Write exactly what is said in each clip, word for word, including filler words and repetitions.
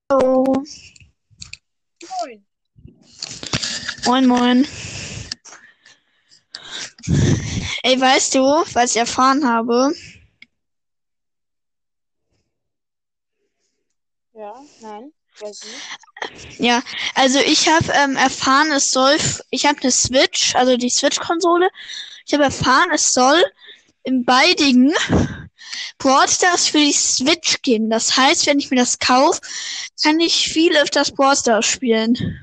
Hallo. Moin. Moin, moin. Ey, weißt du, was ich erfahren habe? Ja, nein, weiß ich nicht. Ja, also ich habe ähm, erfahren, es soll, f- ich habe eine Switch, also die Switch-Konsole. Ich habe erfahren, es soll in beiden Brawl Stars für die Switch geben. Das heißt, wenn ich mir das kaufe, kann ich viel öfters Brawl Stars spielen.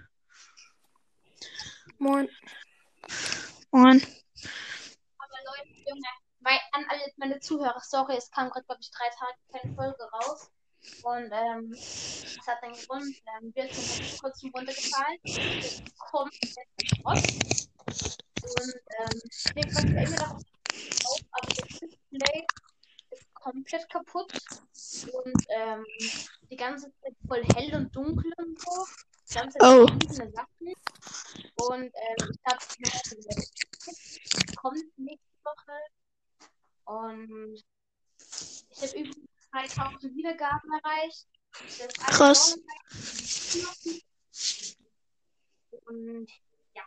Moin. Und Aber Leute, Junge, weil an alle meine Zuhörer, sorry, es kam gerade, glaube ich, drei Tage keine Folge raus. Und ähm, es hat einen Grund. Ähm, wir sind vor kurzem runtergefallen. Wir sind komplett verschrotzt. Und ähm, wir konnten immer noch auf, aber das Display ist komplett kaputt. Und ähm, die ganze Zeit voll hell und dunkel und so. Die ganze Zeit oh, verschiedene Sachen. Und ähm, ich habe kommt nächste Woche. Und ich habe über zweitausend Wiedergaben erreicht. Das ist eine krass. Downline. Und ja,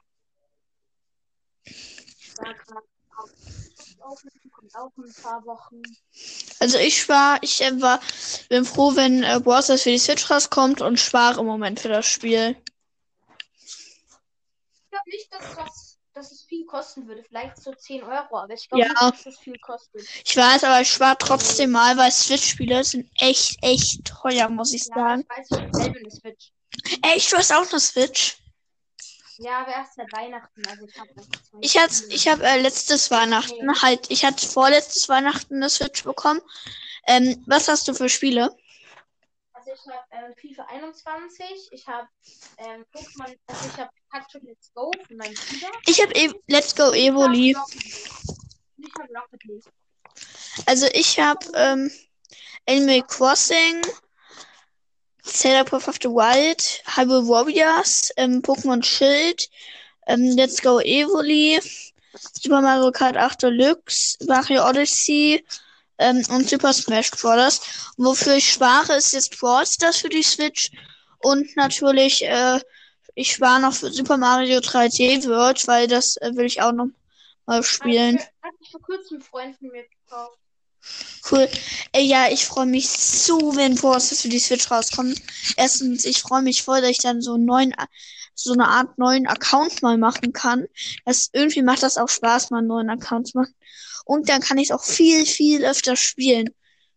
da gerade auch aufnehmen, kommt auch in ein paar Wochen. Also ich war, ich äh, war, bin froh, wenn äh, Brawl Stars für die Switch rauskommt und spare im Moment für das Spiel. Ich glaube nicht, dass es was, dass es viel kosten würde. Vielleicht so zehn Euro, aber ich glaube Ja, nicht, dass es viel kostet. ich weiß, aber ich spare trotzdem mal, weil Switch-Spiele sind echt, echt teuer, muss ich Ja, sagen. ich weiß, ich habe selber eine Switch. Echt, du hast auch eine Switch? Ja, aber erst seit Weihnachten, also ich habe erst zwei Ich hatte, Spiele. ich habe äh, letztes Weihnachten, Nee, halt, ich hatte vorletztes Weihnachten eine Switch bekommen. Ähm, was hast du für Spiele? also ich habe ähm, FIFA einundzwanzig, ich habe ähm, Pokémon, also ich habe Pikachu Let's Go von meinem Bruder Ich habe e Let's Go und ich habe Evoli. Rocket League. Und ich habe Rocket League. Also ich habe ähm, Animal Crossing, Zelda Breath of the Wild, Hyrule Warriors, ähm, Pokémon Schild, ähm, Let's Go Evoli, Super Mario Kart acht Deluxe, Mario Odyssey, ähm, und Super Smash Bros. Wofür ich spare, ist jetzt Brawl Stars für die Switch und natürlich, äh, ich spare noch für Super Mario drei D World, weil das äh, will ich auch noch mal Hat, spielen. mir, hat mich vor kurzem ein Freund von mir gekauft. Cool. Ey, ja, ich freue mich so, wenn Brawl Stars für die Switch rauskommt. Erstens, ich freue mich voll, dass ich dann so einen neuen, so eine Art neuen Account mal machen kann. Das, irgendwie macht das auch Spaß, mal einen neuen Account zu machen. Und dann kann ich auch viel, viel öfter spielen.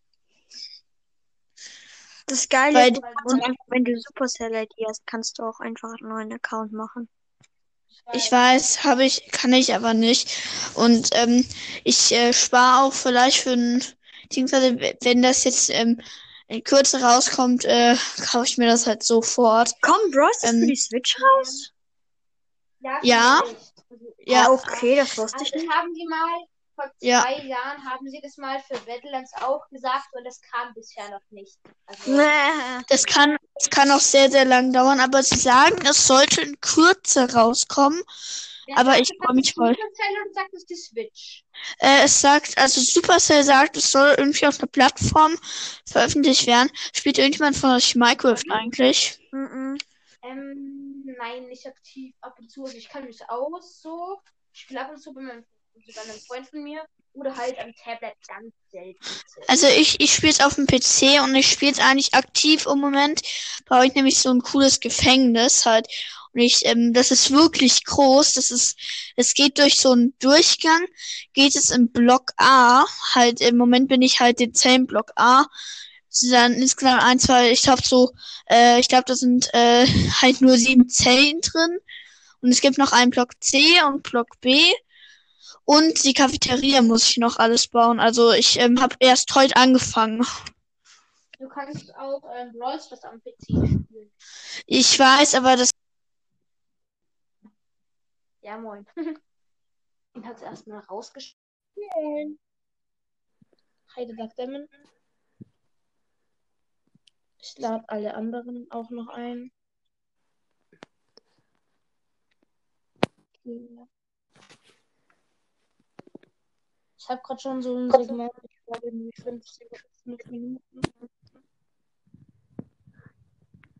Das Geile Weil, ist, und einfach, wenn du Supercell-I D hast, kannst du auch einfach einen neuen Account machen. ich weiß, habe ich, kann ich aber nicht. Und ähm, ich äh, spare auch vielleicht für ein, beziehungsweise wenn das jetzt ähm, in Kürze rauskommt, äh, kaufe ich mir das halt sofort. Kommt Brawl Stars für Ähm, die Switch raus? Ja, ja, vielleicht. Also, ja, Ah, okay, das wusste also ich das nicht. haben die mal, vor ja. zwei Jahren haben sie das mal für Battlelands auch gesagt und das kam bisher noch nicht. Also, Nee. Das kann, das kann auch sehr, sehr lang dauern, aber sie sagen, es sollte in Kürze rauskommen. wer Aber sagt ich das? freue Sagt das mich voll. Supercell oder sagt das die Switch? Äh, es sagt, also Supercell sagt, es soll irgendwie auf einer Plattform veröffentlicht werden. Spielt irgendjemand von euch Minecraft eigentlich? Mhm. Ähm, nein, nicht aktiv ab und zu. Also ich kann mich aus so. Ich spiele ab und zu bei meinem, also bei einem Freund von mir. Oder halt am Tablet ganz selten. Also ich, ich spiele es auf dem P C und ich spiele es eigentlich aktiv im Moment. Bei euch nämlich so ein cooles Gefängnis halt. Und ich, ähm, das ist wirklich groß. Das ist, es geht durch so einen Durchgang, geht es im Block A. Halt, im Moment bin ich halt den Zellenblock A. Es sind dann insgesamt ein, zwei, ich glaube so, äh, ich glaube, da sind äh, halt nur sieben Zellen drin. Und es gibt noch einen Block C und Block B. Und die Cafeteria muss ich noch alles bauen. Also ich ähm, habe erst heute angefangen. Du kannst auch ähm, Brawl Stars am P C spielen. Ich weiß, aber das. Ja, moin. Und hat es erstmal rausgespielt. Heide Backdämmen. Ich lade alle anderen auch noch ein. Ja. Ich habe gerade schon so ein Segment, ich glaube irgendwie fünf, fünf Minuten.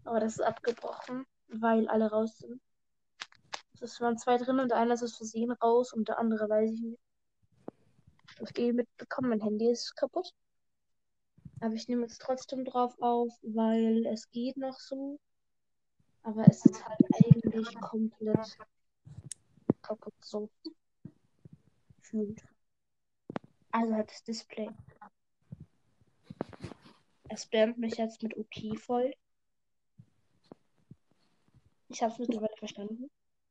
Aber das ist abgebrochen, weil alle raus sind. Es waren zwei drin und einer ist aus Versehen raus und der andere weiß ich nicht. Ich habe eh mitbekommen, mein Handy ist kaputt. Aber ich nehme jetzt trotzdem drauf auf, weil es geht noch so. Aber es ist halt eigentlich komplett kaputt so. Gefühlt. Also halt das Display. Es spammt mich jetzt mit OK voll. Ich habe es mittlerweile verstanden.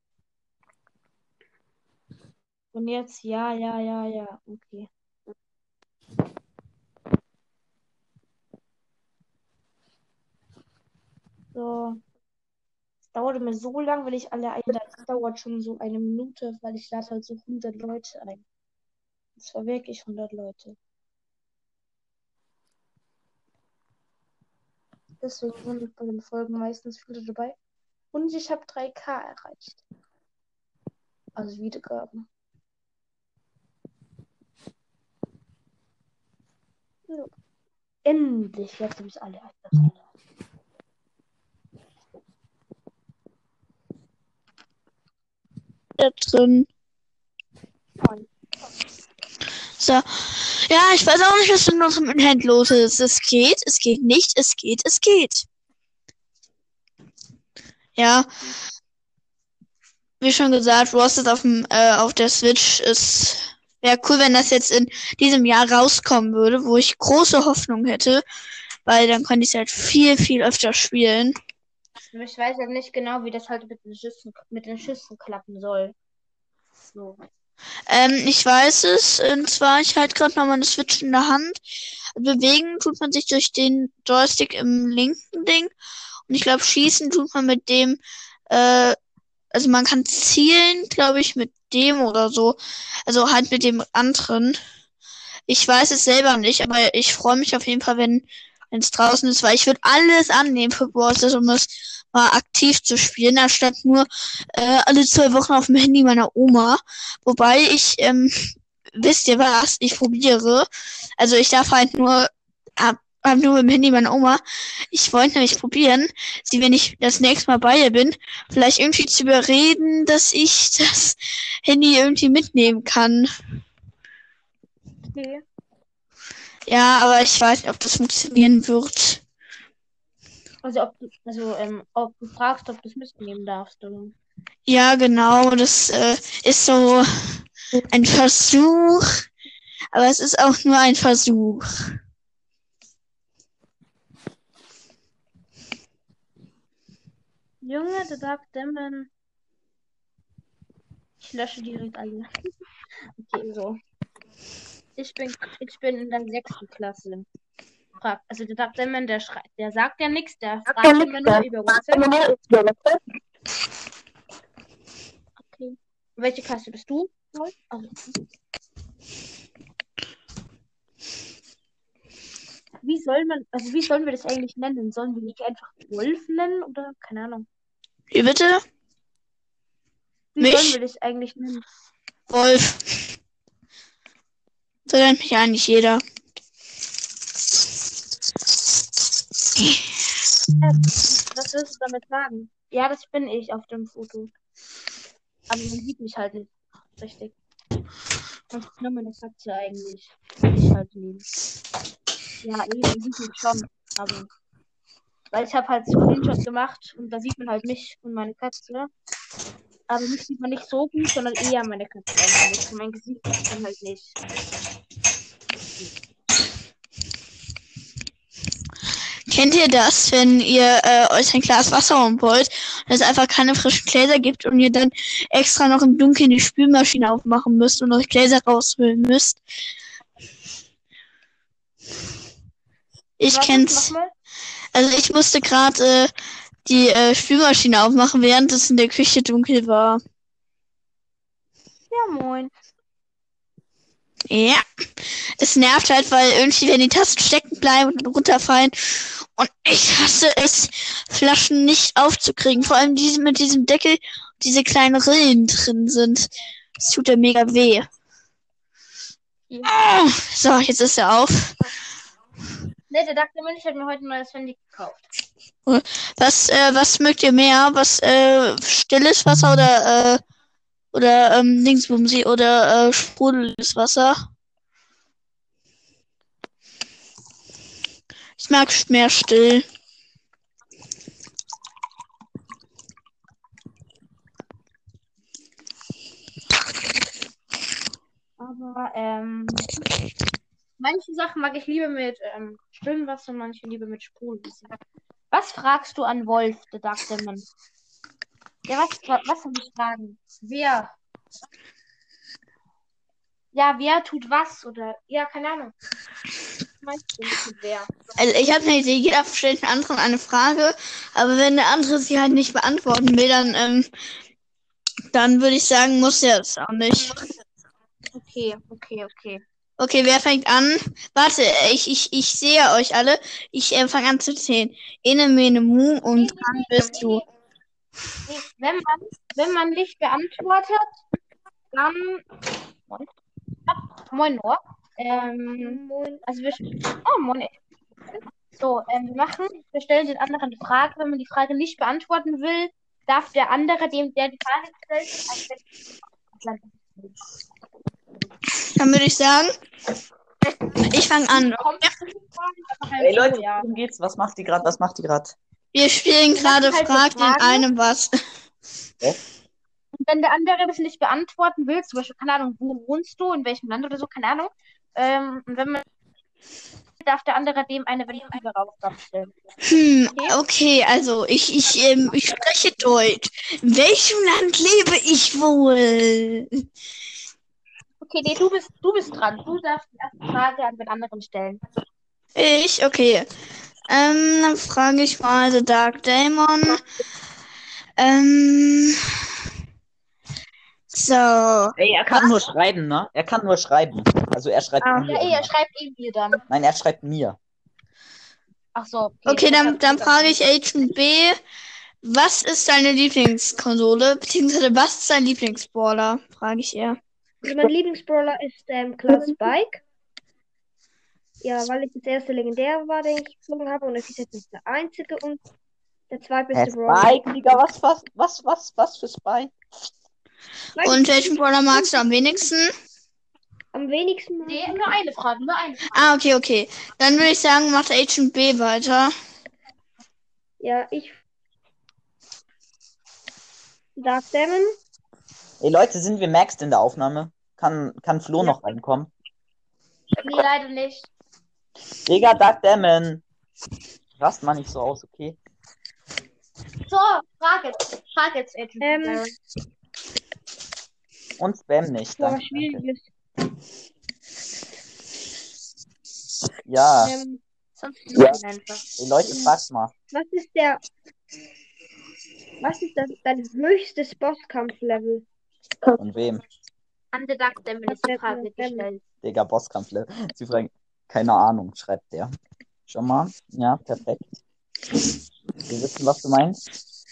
Und jetzt, ja, ja, ja, ja, okay. So. Es dauert mir so lang, wenn ich alle einlade. Es dauert schon so eine Minute, weil ich lade halt so hundert Leute ein. Das war wirklich hundert Leute. Deswegen sind bei den Folgen meistens viele dabei. Und ich habe drei K erreicht. Also Wiedergaben. Ja. Endlich, jetzt habe ich alle eingeladen. Da drin. So. Ja, ich weiß auch nicht, was mit unserem Internet los ist. Es geht, es geht nicht, es geht, es geht. Ja. Wie schon gesagt, Roasted auf dem, äh, auf der Switch ist. Wäre cool, wenn das jetzt in diesem Jahr rauskommen würde, wo ich große Hoffnung hätte. Weil dann könnte ich es halt viel, viel öfter spielen. Ich weiß ja nicht genau, wie das halt mit den Schüssen, mit den Schüssen klappen soll. So. Ähm, ich weiß es. Und zwar, ich halte gerade mal meine Switch in der Hand. Bewegen tut man sich durch den Joystick im linken Ding. Und ich glaube, schießen tut man mit dem, äh, also man kann zielen, glaube ich, mit dem oder so. Also halt mit dem anderen. Ich weiß es selber nicht, aber ich freue mich auf jeden Fall, wenn es draußen ist, weil ich würde alles annehmen für Brawlstars, um es mal aktiv zu spielen, anstatt nur äh, alle zwei Wochen auf dem Handy meiner Oma. Wobei ich, ähm, wisst ihr was, ich probiere. Also ich darf halt nur, hab, hab nur mit dem Handy meiner Oma. Ich wollte nämlich probieren, sie, wenn ich das nächste Mal bei ihr bin, vielleicht irgendwie zu überreden, dass ich das Handy irgendwie mitnehmen kann. Okay. Ja, aber ich weiß nicht, ob das funktionieren wird. Also ob du, also, ähm, ob du fragst, ob du es mitnehmen darfst. Oder? Ja, genau, das äh, ist so ein Versuch, aber es ist auch nur ein Versuch. Junge, der Dark Demon. Ich lösche direkt alle. Okay, so. Ich bin, ich bin in der sechsten Klasse. Frag, also der Dark Demon, der schreit, der sagt ja nichts, der fragt immer nur über WhatsApp. Okay. Welche Klasse bist du? Also. Wie soll man, also wie sollen wir das eigentlich nennen? Sollen wir nicht einfach Wolf nennen oder keine Ahnung? Wie bitte? Wie Mich? sollen wir das eigentlich nennen? Wolf. So nennt mich eigentlich jeder. Ja, was willst du damit sagen? Ja, das bin ich auf dem Foto. Aber man sieht mich halt nicht richtig. Das ist nur meine Katze eigentlich. Ich halt neben. Ja, eben, man sieht mich schon. Aber. Weil ich habe halt Screenshot gemacht und da sieht man halt mich und meine Katze. Aber mich sieht man nicht so gut, sondern eher meine Katze eigentlich. Und mein Gesicht sieht man halt nicht. Kennt ihr das, wenn ihr äh, euch ein Glas Wasser holen wollt und es einfach keine frischen Gläser gibt und ihr dann extra noch im Dunkeln die Spülmaschine aufmachen müsst und euch Gläser rausholen müsst? Ich Warte, kenn's. mach mal. Also ich musste gerade äh, die äh, Spülmaschine aufmachen, während es in der Küche dunkel war. Ja, moin. Ja. Es nervt halt, weil irgendwie, wenn die Tasten stecken bleiben und runterfallen. Und ich hasse es, Flaschen nicht aufzukriegen. Vor allem diese mit diesem Deckel, diese kleinen Rillen drin sind. Das tut ja mega weh. Ja. Oh, so, jetzt ist er auf. Ne, der dachte immer, ich habe mir heute ein neues Handy gekauft. Was, äh, was mögt ihr mehr? Was, äh, stilles Wasser oder, äh, oder, ähm, Dingsbumsi oder, äh, sprudelndes Wasser? Ich mag mehr still. Aber ähm, manche Sachen mag ich lieber mit ähm, stillem Wasser und manche lieber mit Sprudelwasser. Was fragst du an Wolf, der Dachdemmon? Ja, was, wa- was soll ich fragen? Wer? Ja, wer tut was? Oder, ja, keine Ahnung. Was meinst du mit wer? Also ich habe eine Idee, jeder stellt den anderen eine Frage, aber wenn der andere sie halt nicht beantworten will, dann, ähm, dann würde ich sagen, muss er es auch nicht. Okay, okay, okay. Okay, wer fängt an? Warte, ich, ich, ich sehe euch alle. Ich äh, fange an zu zählen. Ene, mene, mu und Nee, dann nee, bist du. nee. Wenn man, wenn man nicht beantwortet, dann. Moin. Moin nur. Ähm, Moin. also wir. Oh, moin. So, ähm, wir machen, wir stellen den anderen die Frage. Wenn man die Frage nicht beantworten will, darf der andere, dem der die Frage gestellt hat, ein Dann würde ich sagen, ich fange an. kommt zu den Fragen, aber halt Ey so, Leute, ja. worum geht's? Was macht die gerade? Was macht die gerade? Wir spielen Wir machen gerade halt so Frag den Fragen. einen was. Und wenn der andere das nicht beantworten will, zum Beispiel, keine Ahnung, wo wohnst du, in welchem Land oder so, keine Ahnung. Ähm, und wenn man darf der andere dem eine valide Aufgabe stellen. Hm, Okay? okay, also ich, ich, ähm, ich spreche Deutsch. In welchem Land lebe ich wohl? Okay, nee, du bist, du bist dran. Du darfst die erste Frage an den anderen stellen. Ich, okay. Ähm, dann frage ich mal The Dark Daemon. Ähm, so. Ey, er kann nur schreiben, ne? Er kann nur schreiben. Also er schreibt Ah. mir. Ja, ey, er immer. schreibt eh mir dann. Nein, er schreibt mir. Ach so, okay. Okay, das dann, hat- dann frage ich Agent B. Was ist deine Lieblingskonsole? Beziehungsweise was ist dein Lieblingsbrawler? Frage ich eher. Also mein Lieblingsbrawler ist ähm, Cloud Spike. Ja, weil ich das erste Legendär war, den ich gezogen habe. Und es ist jetzt nicht der einzige und der Hä, zweitbeste Brawler. Spike, Digga, was, was, was, was, was für Spike? Weil Und welchen Brawler magst du am wenigsten? am wenigsten mag Nee, ich- nur eine Frage, nur eine Frage. Ah, okay, okay. Dann würde ich sagen, macht Agent B weiter. Ja, ich. Dark Demon. Ey Leute, sind wir maxed in der Aufnahme? Kann, kann Flo Ja. noch reinkommen? Nee, leider nicht. Digga, Dark Demon. Rast mal nicht so aus, okay? So, Frage. Frage jetzt, Agent. Ähm, Baron. Und Spam nicht. Boah, Danke, schwierig danke. ist. Ja. Ähm, Sonst ja. einfach. Ey Leute, fragt mal. was ist der. Was ist das, dein höchstes Bosskampflevel? Von wem? An der Duck, der mir Das die wäre Frage Demon. gestellt. Digga, Bosskampf. Sie fragen, keine Ahnung, schreibt der. Schon mal? Ja, perfekt. Wir wissen, was du meinst.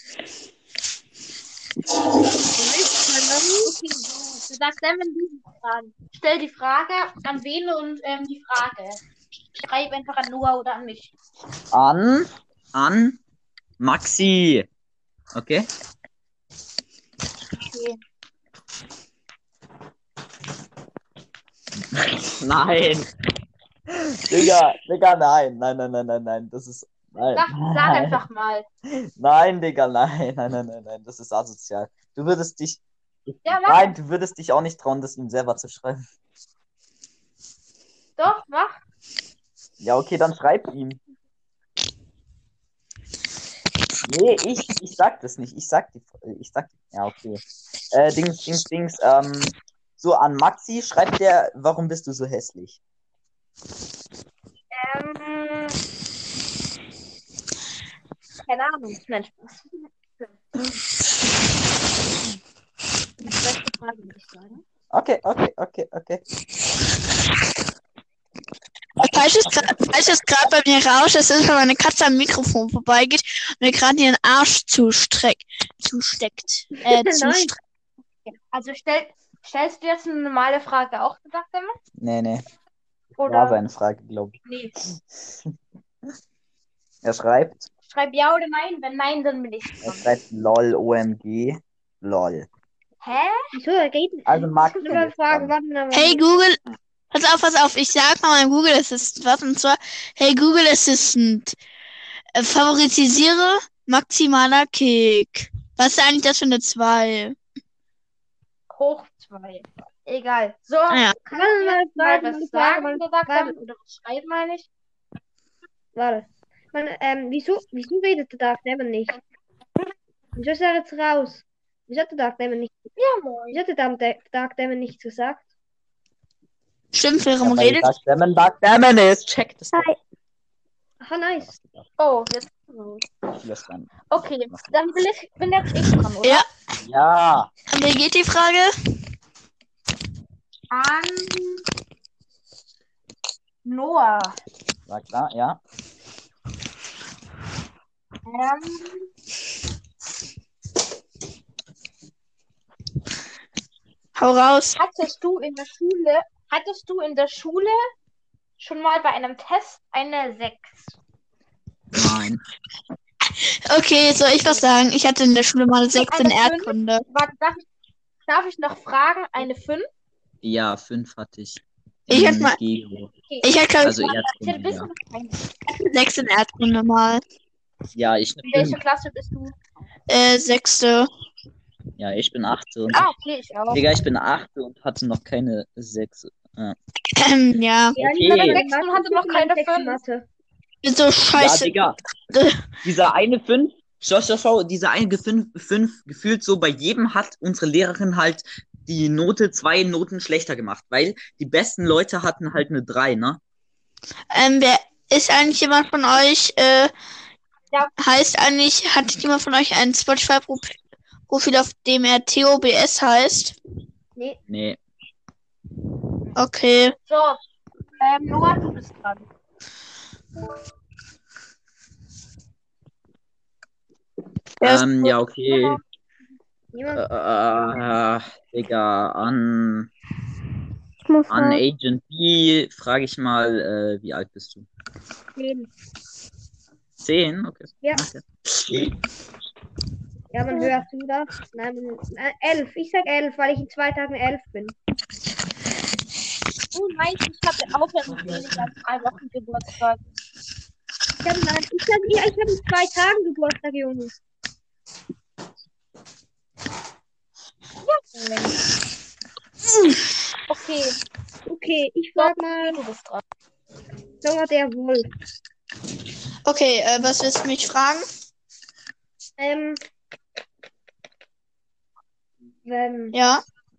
Okay, du sagst Demon diese Fragen. Stell die Frage an wen und ähm, die Frage. Schreib einfach an Noah oder an mich. An, an Maxi. Okay? Okay. Nein. Digga, Digga, nein. Nein, nein, nein, nein, nein. Das ist. Nein. Sag, sag einfach mal. Nein, Digga, nein, nein, nein, nein, nein. Das ist asozial. Du würdest dich. Ja, mach. Nein, du würdest dich auch nicht trauen, das ihm selber zu schreiben. Doch, mach. Ja, okay, dann schreib ihm. Nee, ich, ich sag das nicht. Ich sag die. Ich sag. Ja, okay. Äh, Dings, Dings, Dings. Ähm, so an Maxi schreibt der, warum bist du so hässlich? Ähm. Keine Ahnung. Nein, Spaß. Die beste Frage, würde ich sagen. Okay, okay, okay, okay. Falsch ist gerade bei mir raus. Das ist, wenn meine Katze am Mikrofon vorbeigeht und mir gerade ihren Arsch zustreck, zusteckt. Äh, Nein. zustreckt. Also stell, stellst du jetzt eine normale Frage auch, gesagt, Demon? Nee, nee. Oder? War seine Frage, glaube ich. Nee. Er schreibt. Schreib ja oder nein. Wenn nein, dann bin ich Er dran. schreibt LOL, O M G, LOL. Hä? Wieso? Er geht nicht. Also Max Ich will mal ist fragen, dran. warte mal. Hey Google, pass auf, pass auf, ich sag mal mein Google Assistant was, und zwar, hey Google Assistant, äh, favoritisiere maximaler Kick. Was ist eigentlich das für eine zwei? Hoch zwei. Egal. So, Ah ja. kann Warte ich mal, jetzt mal warte was mal, sagen warte, gesagt warte. haben? Oder was schreiben, meine ich? Warte. Man, ähm, wieso, wieso redet der Dark Demon nicht? Wieso ist er jetzt raus? Wieso hat der Dark Demon nicht, Ja, moin. wieso hat der Dark De- Dark Demon nichts gesagt? Stimmt, Ja, warum weil redet? Dark Demon Dark Demon ist. Check das doch. Aha, nice. Oh, jetzt. Viele Standen. Okay, dann will ich, bin jetzt ich dran, oder? Ja. Ja. An wer geht die Frage? An Noah. War klar, ja. Ähm, Hau raus. hattest du in der Schule, hattest du in der Schule schon mal bei einem Test eine sechs? Nein. Okay, soll ich was sagen? Ich hatte in der Schule mal sechs in Eine fünf? Erdkunde. Warte, darf ich, darf ich noch fragen? Eine fünf? Ja, fünf hatte ich. Ich hatte In mal, Geo. ich hatte glaube ich Also Ich hätte Erdkunde, bis ja. eine. sechs in Erdkunde mal. Ja, ich In eine welcher fünf. Klasse bist du? Äh, sechste. Ja, ich bin achte und Ah, okay, ich auch. Digga, ich bin achte und hatte noch keine sechs. Ja, Ähm, ja. Ja, Okay. ich hatte Sechs und hatte noch keine sechs in fünf. Mathe. So scheiße. Digga. Dieser eine fünf, schau, schau, schau, dieser eine fünf, fünf gefühlt so bei jedem hat unsere Lehrerin halt die Note zwei Noten schlechter gemacht, weil die besten Leute hatten halt eine drei, ne? Ähm, wer ist eigentlich jemand von euch, äh, Ja. heißt eigentlich, hat jemand von euch ein Spotify-Profil, auf dem er T O B S heißt? Nee, Nee. Okay. So, ähm, Noah, du bist dran. Wer ist Ähm, ja, okay. niemand. Äh, äh, Digga, an, Ich muss an Agent B frage ich mal, äh, wie alt bist du? zehn. Zehn? Okay. Ja. Okay. Ja, man hört du das? Nein, man- äh, elf. Ich sag elf, weil ich in zwei Tagen elf bin. Oh nein, ich hatte auch erst weniger als zwei Wochen Geburtstag. Ich habe nein, ich sag, ja, ich habe in zwei Tagen Geburtstag, Junge. Okay, Okay, ich frag mal, du bist dran. Noah der Wolf. Okay, äh, was willst du mich fragen? Ähm, ähm, Ja.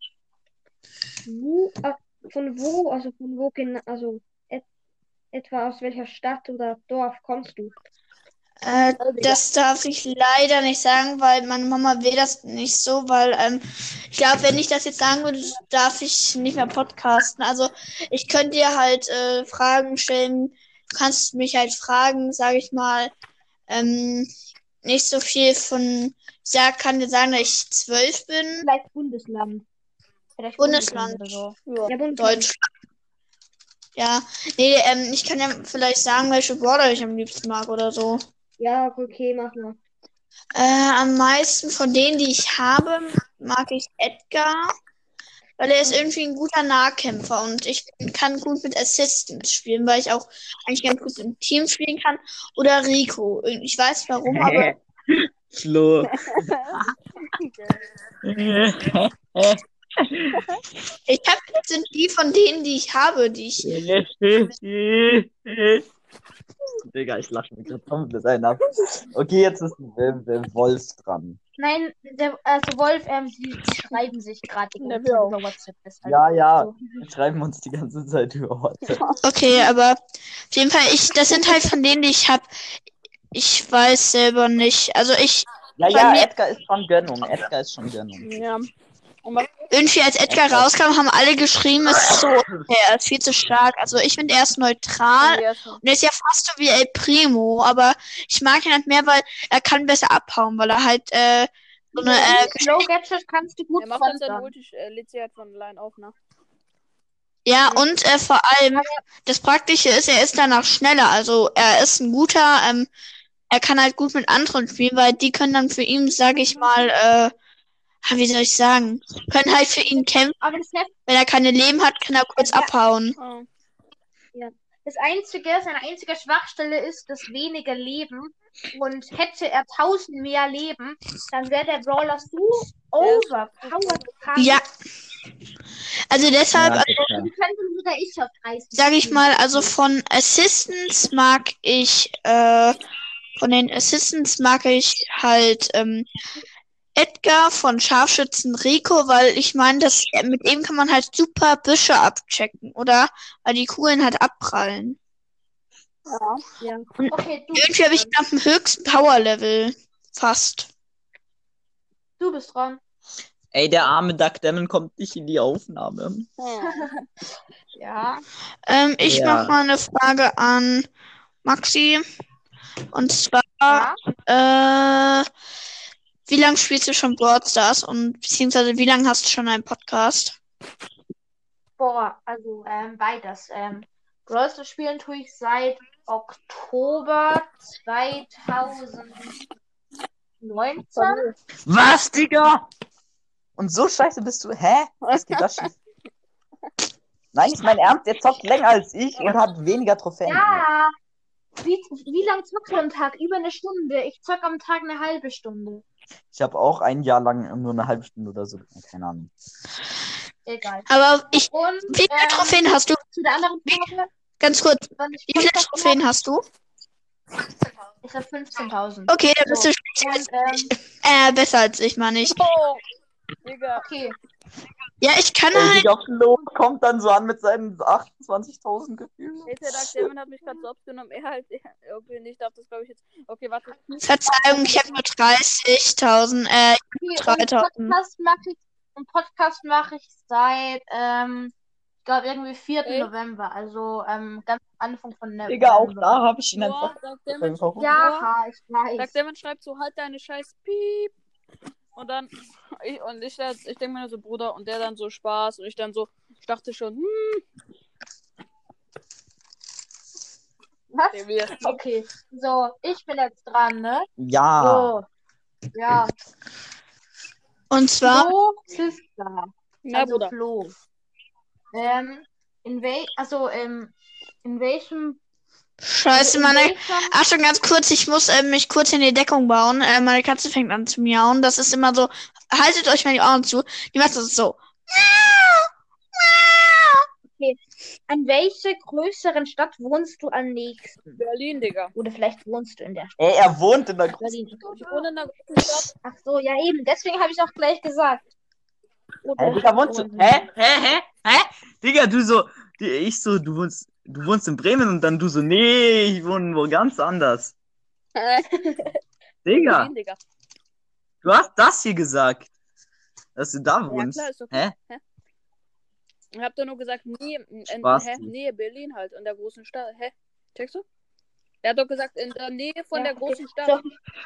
wo, äh, von wo, also von wo genau, also et, etwa aus welcher Stadt oder Dorf kommst du? Äh, das darf ich leider nicht sagen, weil meine Mama will das nicht so, weil ähm, ich glaube, wenn ich das jetzt sagen würde, darf ich nicht mehr podcasten. Also ich könnte dir halt äh, Fragen stellen, du kannst mich halt fragen, sage ich mal, ähm, nicht so viel von, ich sag, kann dir sagen, dass ich zwölf bin. Vielleicht Bundesland. Vielleicht Bundesland. oder so. Ja, Bundesland. Deutschland. Ja, nee, ähm, ich kann ja vielleicht sagen, welche Border ich am liebsten mag oder so. Ja, okay, mach mal. Äh, am meisten von denen, die ich habe, mag ich Edgar, weil er ist irgendwie ein guter Nahkämpfer und ich kann gut mit Assistants spielen, weil ich auch eigentlich ganz gut im Team spielen kann. Oder Rico. Ich weiß nicht warum, aber Flo. ich habe sind die von denen, die ich habe, die ich. Digga, ich lache mir gerade komplett einen ab. Okay, jetzt ist der, der Wolf dran. Nein, der, also Wolf, ähm, sie, die schreiben sich gerade die ganze Zeit über WhatsApp. Deshalb Ja, ja, so. wir schreiben uns die ganze Zeit über WhatsApp. Okay, aber auf jeden Fall, ich, das sind halt von denen, die ich habe. Ich weiß selber nicht. Also ich, Ja, Bei ja, mir- Edgar ist schon Gönnung. Edgar ist schon Gönnung. Ja. Und was, irgendwie als Edgar Edgar- rauskam, haben alle geschrieben, es ist so, er ist viel zu stark. Also ich finde, er ist neutral. ja, schon. Und er ist ja fast so wie El Primo, aber ich mag ihn halt mehr, weil er kann besser abhauen, weil er halt äh, so eine äh, Slow Gadget kannst du gut Er macht dann sein kontern. Ulti, äh, lädt sie halt von allein auf, ne? ja, und äh, vor allem, das Praktische ist, er ist danach schneller. Also er ist ein guter ähm, er kann halt gut mit anderen spielen, weil die können dann für ihn, sage ich mal, äh, ah, wie soll ich sagen, können halt für ihn kämpfen. Aber das, Heft, Wenn er keine Leben hat, kann er kurz Ja. abhauen. Oh. das einzige, seine einzige Schwachstelle ist das wenige Leben. Und hätte er tausend mehr Leben, dann wäre der Brawler so overpowered. Ja. Also deshalb, Ja, also, total. Dann könnte sogar ich auf dreißig. sage ich spielen. mal, also von Assistants mag ich, äh, von den Assistants mag ich halt ähm, Edgar, von Scharfschützen Rico, weil ich meine, dass äh, mit ihm kann man halt super Büsche abchecken, oder? Weil die Kugeln halt abprallen. Ja. Okay, du, Irgendwie habe ich am höchsten Power-Level. Fast. du bist dran. Ey, der arme Duck Demon kommt nicht in die Aufnahme. Oh. Ja. Ähm, ich Ja. mach mal eine Frage an Maxi. Und zwar, Ja. äh, wie lange spielst du schon Brawl Stars und beziehungsweise wie lange hast du schon einen Podcast? Boah, also ähm, beides. Ähm, Brawl Stars spielen tue ich seit Oktober zweitausendneunzehn. Was, Digga? Und so scheiße bist du. Hä? Was geht das schief? Nein, ist mein Ernst, der zockt länger als ich und hat weniger Trophäen. Ja. Wie, wie lange zockst du am Tag? Über eine Stunde. Ich zock am Tag eine halbe Stunde. Ich habe auch ein Jahr lang nur eine halbe Stunde oder so. Keine Ahnung. Egal. Aber ich, Und wie viele ähm, Trophäen hast du? zu der anderen Frage, Ganz kurz, wann ich wie viele Podcast Trophäen mache, hast du? ich habe fünfzehntausend. Okay, dann bist So. du schlechter als Und, ähm, äh, besser als ich, meine ich. Oh. Digga. okay. Ja, ich kann Ey, halt. Digga, Flo kommt dann so an mit seinen achtundzwanzigtausend Gefühlen. Hey, der Duck Demon hat mich gerade so abgenommen. Er halt. Okay, nee, ich darf das glaube ich jetzt. Okay, warte. Verzeihung, ich habe nur dreißigtausend. Äh, Okay, und dreitausend. Podcast mache ich, und Podcast mache ich seit, ähm, ich glaube irgendwie vierten Ey. November, also ähm, ganz am Anfang von November. Digga, auch da habe ich ihn Boah, einfach. Duck Demon. einfach Ja, ich Duck weiß. Demon schreibt so, halt deine scheiß Piep. Und dann, ich, und ich, ich denke mir nur so, Bruder, und der dann so Spaß. Und ich dann so, ich dachte schon, hm, Was? der will jetzt Okay, so, ich bin jetzt dran, ne? Ja. So, ja. Und zwar, Flo Sister. Na, Also Bruder. Flo. Ähm, in wel, also, ähm, in welchem, scheiße, in meine. welchem, Achtung, ganz kurz, ich muss äh, mich kurz in die Deckung bauen. Äh, meine Katze fängt an zu miauen. Das ist immer so. Haltet euch mal die Ohren zu. Die macht das so. an welche größeren Stadt wohnst du am nächsten? Berlin, Digga. Oder vielleicht wohnst du in der Stadt Ey, er wohnt in der Großstadt. Berlin. Ich wohne in einer großen Stadt. Ach so, ja eben. Deswegen habe ich auch gleich gesagt. Oder Hä, Digga, wohnst du? wohnen- Hä? Hä? Hä? Hä? Digga, du so, die, ich so, du wohnst, du wohnst in Bremen und dann du so, nee, ich wohne wo ganz anders. Digga, Berlin, Digga. du hast das hier gesagt, dass du da Ja, wohnst. klar, ist okay. Hä? Ich hab doch nur gesagt, nee, in, Spaß, hä, du. nee, Berlin halt, in der großen Stadt. Hä? Checkst du? Er hat doch gesagt, in der Nähe von Ja, der okay. großen Stadt.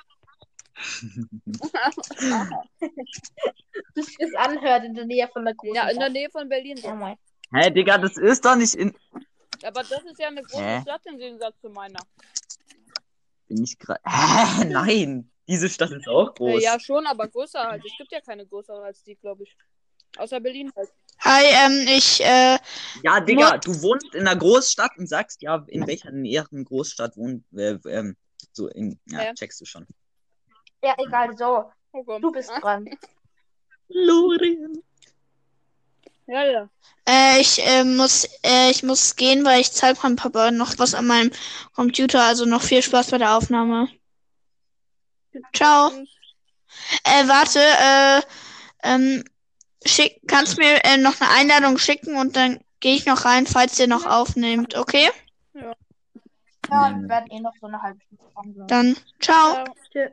Bis es anhört in der Nähe von der großen Ja, in der Stadt. Nähe von Berlin. Ja, So. moin. Hä, Digga, das ist doch nicht in. Aber das ist ja eine große Hä? Stadt im Gegensatz zu meiner. Bin ich gerade. Hä? Nein, diese Stadt ist auch Äh, groß. ja, schon, aber größer halt. Es gibt ja keine größere als die, glaube ich. Außer Berlin halt. Hi, ähm, ich, äh, Ja, Digga, du wohnst in einer Großstadt und sagst, ja, in welcher näheren Großstadt wohnt, äh, ähm, so in, ja, Ja. checkst du schon. Ja, egal. So, Oh Gott. du bist dran. Lorien. Ja, ja. äh, ich, äh, muss, äh, ich muss gehen, weil ich zeige meinem Papa noch was an meinem Computer. Also noch viel Spaß bei der Aufnahme. Ciao. Tschüss. Äh, warte, äh, ähm, schick, kannst mir äh, noch eine Einladung schicken und dann gehe ich noch rein, falls ihr noch aufnehmt, okay? Ja, wir werden eh noch so eine halbe Stunde dran sein. Dann, ciao. Ciao.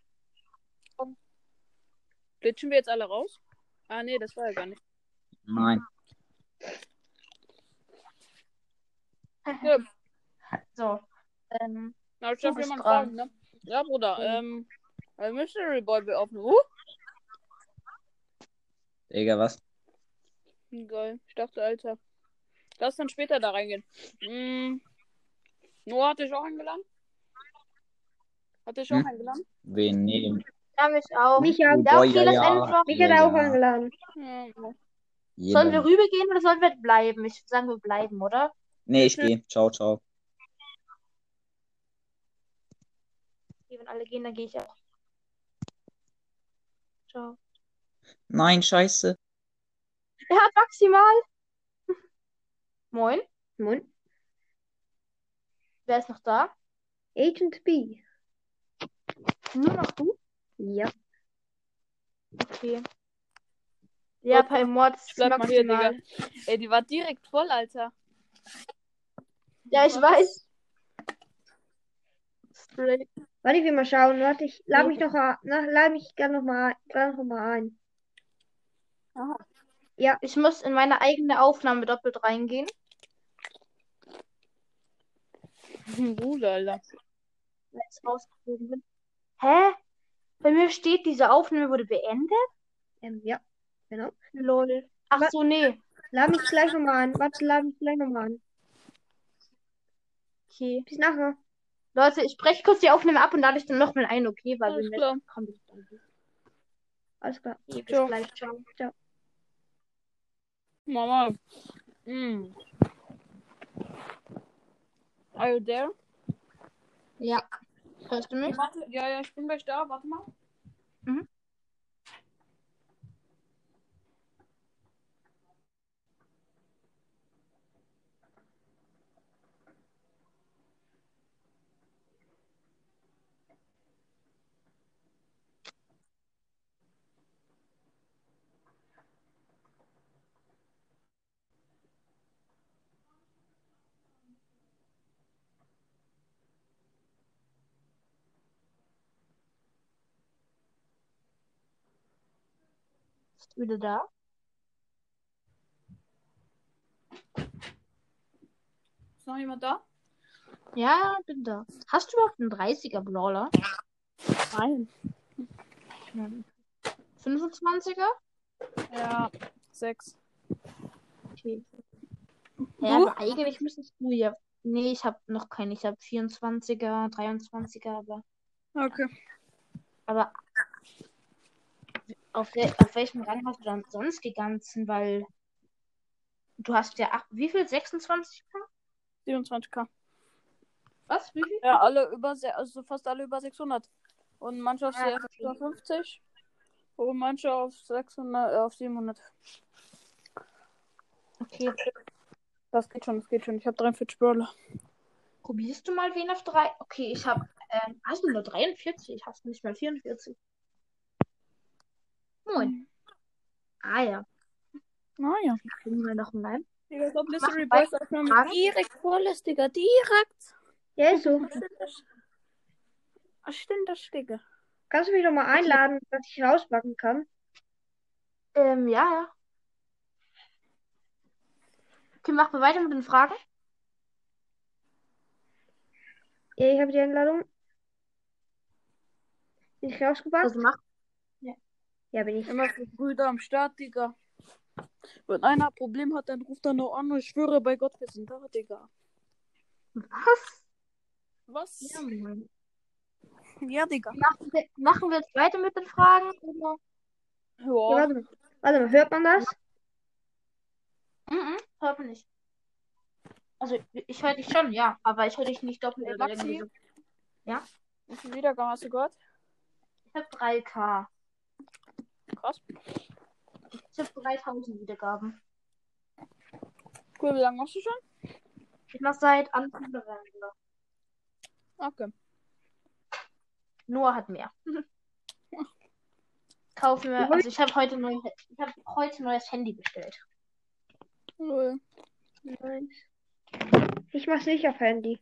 Glitschen wir jetzt alle raus? Ah, nee, das war ja gar nicht. Nein. Ja, So, ähm, na, ich Du darf bist jemand dran. fragen, ne? Ja, Bruder, ähm, ein Mystery Boy will aufnehmen. Uh, Digga, was? geil. Ich dachte, Alter. Lass dann später da reingehen. Hm. Noah hat dich auch eingeladen? Hat er schon Hm? eingeladen? Wen? Nee. Ja, mich auch. Mich Oh auch. Ja, boy, okay, ja, lass ja. einfach. Mich Ja, hat er auch ja. eingeladen. Ja, Sollen wir Jeder. rübergehen oder sollen wir bleiben? Ich würde sagen, wir bleiben, oder? Nee, ich gehe. Ciao, ciao. Okay, wenn alle gehen, dann gehe ich auch. Ciao. Nein, scheiße. Er hat maximal. Moin. Moin. Wer ist noch da? Agent B. Nur noch du? Ja. Okay. Ja, bei Mord ist Ich bleib mal hier, maximal. Digga. Ey, die war direkt voll, Alter. Ja, ich weiß. Straight. Warte, ich will mal schauen. Warte, ich lade mich noch, a- na, lade mich gerne noch mal, gerne noch mal ein. Aha. Ja. Ich muss in meine eigene Aufnahme doppelt reingehen. Bruder, Alter. Wenn ich rausgeflogen bin. Hä? Bei mir steht, diese Aufnahme wurde beendet? Ähm, ja. Genau. Lol. Ach Was? so, nee. Lade mich gleich noch mal ein. Warte, lade mich gleich noch mal an. Okay. Bis nachher. Leute, ich breche kurz die Aufnahme ab und lade ich dann nochmal ein, okay? Weil Alles wir klar. kommen bis dann. Alles klar. Okay, bis Ciao. gleich. Ciao. Mama. Mm. Are you there? Ja. Hörst du mich? Warte, ja, ja, ich bin gleich da. Warte mal. Mhm. Bist du wieder da? Ist noch jemand da? Ja, bin da. Hast du überhaupt einen dreißiger Brawler? Nein. Hm. fünfundzwanziger? Ja, sechs. Okay. Ja, aber eigentlich müsstest du ja. Nee, ich habe noch keinen. Ich habe vierundzwanziger, dreiundzwanziger, aber. Okay. Aber auf, wel auf welchem Rang hast du dann sonst die ganzen? Weil du hast ja acht, wie viel? sechsundzwanzig? siebenundzwanzig K. Was? Wie viel? Ja, alle über, se- also fast alle über sechshundert. Und manche auf Ah, okay. sechshundertfünfzig. Und manche auf sechshundert, äh, auf siebenhundert. Okay. Das geht schon, das geht schon. Ich habe dreiundvierzig Brawler. Probierst du mal wen auf drei? Okay, ich habe. Ähm, hast du nur dreiundvierzig? Hast du nicht mal vierundvierzig? Moin. Ah ja. Naja. Kriegen wir noch einen Leim? Digga, ich glaube, Mach Mystery bei- Boys Aufnahme Fragen? direkt voll ist, Digga. Direkt. Ja, ist so. Was stimmt das? Was stimmt das, Digga? Kannst du mich noch mal einladen, dass ich rausbacken kann? Ähm, ja, ja. Okay, machen wir weiter mit den Fragen. Ja, ich habe die Einladung. Bin ich rausgebackt? Also mach. Ja, bin ich. Immer für Brüder am Start, Digga. Wenn einer ein Problem hat, dann ruft er nur an und ich schwöre bei Gott, wir sind da, Digga. Was? Was? Ja, Mann. Ja, Digga. Machen wir, machen wir jetzt weiter mit den Fragen? Oder? Ja, Ja. warte mal. Warte mal, hört man das? Mhm, hört man nicht. Also, ich höre dich schon, ja. Aber ich höre dich nicht doppelt. Ey, oder Maxi? irgendwie so. Wie viel Wiedergaben hast du gehört? Ich habe drei K. Krass. Ich habe dreitausend Wiedergaben. Cool, wie lange machst du schon? Ich mache seit Anfang November. Okay. Noah hat mehr. Kaufen wir. Also ich habe heute neu, ich habe heute neues Handy bestellt. Cool. Ich mach's nicht auf Handy.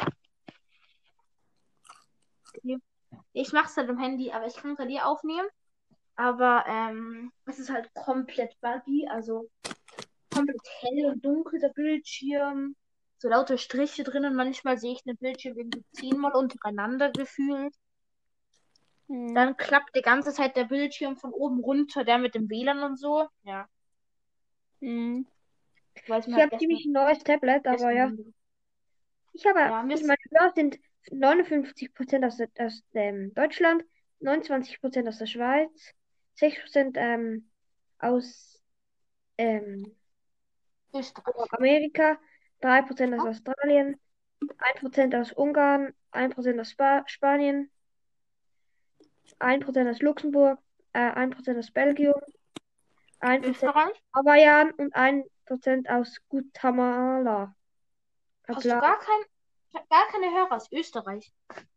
Ich mache es halt im Handy, aber ich kann bei dir aufnehmen. Aber ähm, es ist halt komplett buggy, also komplett hell und dunkel der Bildschirm. So lauter Striche drin und manchmal sehe ich den Bildschirm irgendwie zehnmal untereinander gefühlt. Hm. Dann klappt die ganze Zeit der Bildschirm von oben runter, der mit dem W L A N und so. Ja. Hm. Ich weiß Ich mir habe halt ziemlich ein neues Tablet, aber ja. Ich habe Ja, mir ich ist- meine Hörer sind neunundfünfzig Prozent aus, der- aus ähm, Deutschland, neunundzwanzig Prozent aus der Schweiz, sechs Prozent ähm, aus ähm, Österreich. Amerika, drei Prozent aus Australien, ein Prozent aus Ungarn, ein Prozent aus Spa Spanien, ein Prozent aus Luxemburg, äh, ein Prozent aus Belgien, ein Prozent aus Österreich? Hawaiian und ein Prozent aus Guatemala. Hast du Kapla- gar kein, gar keine Hörer aus Österreich?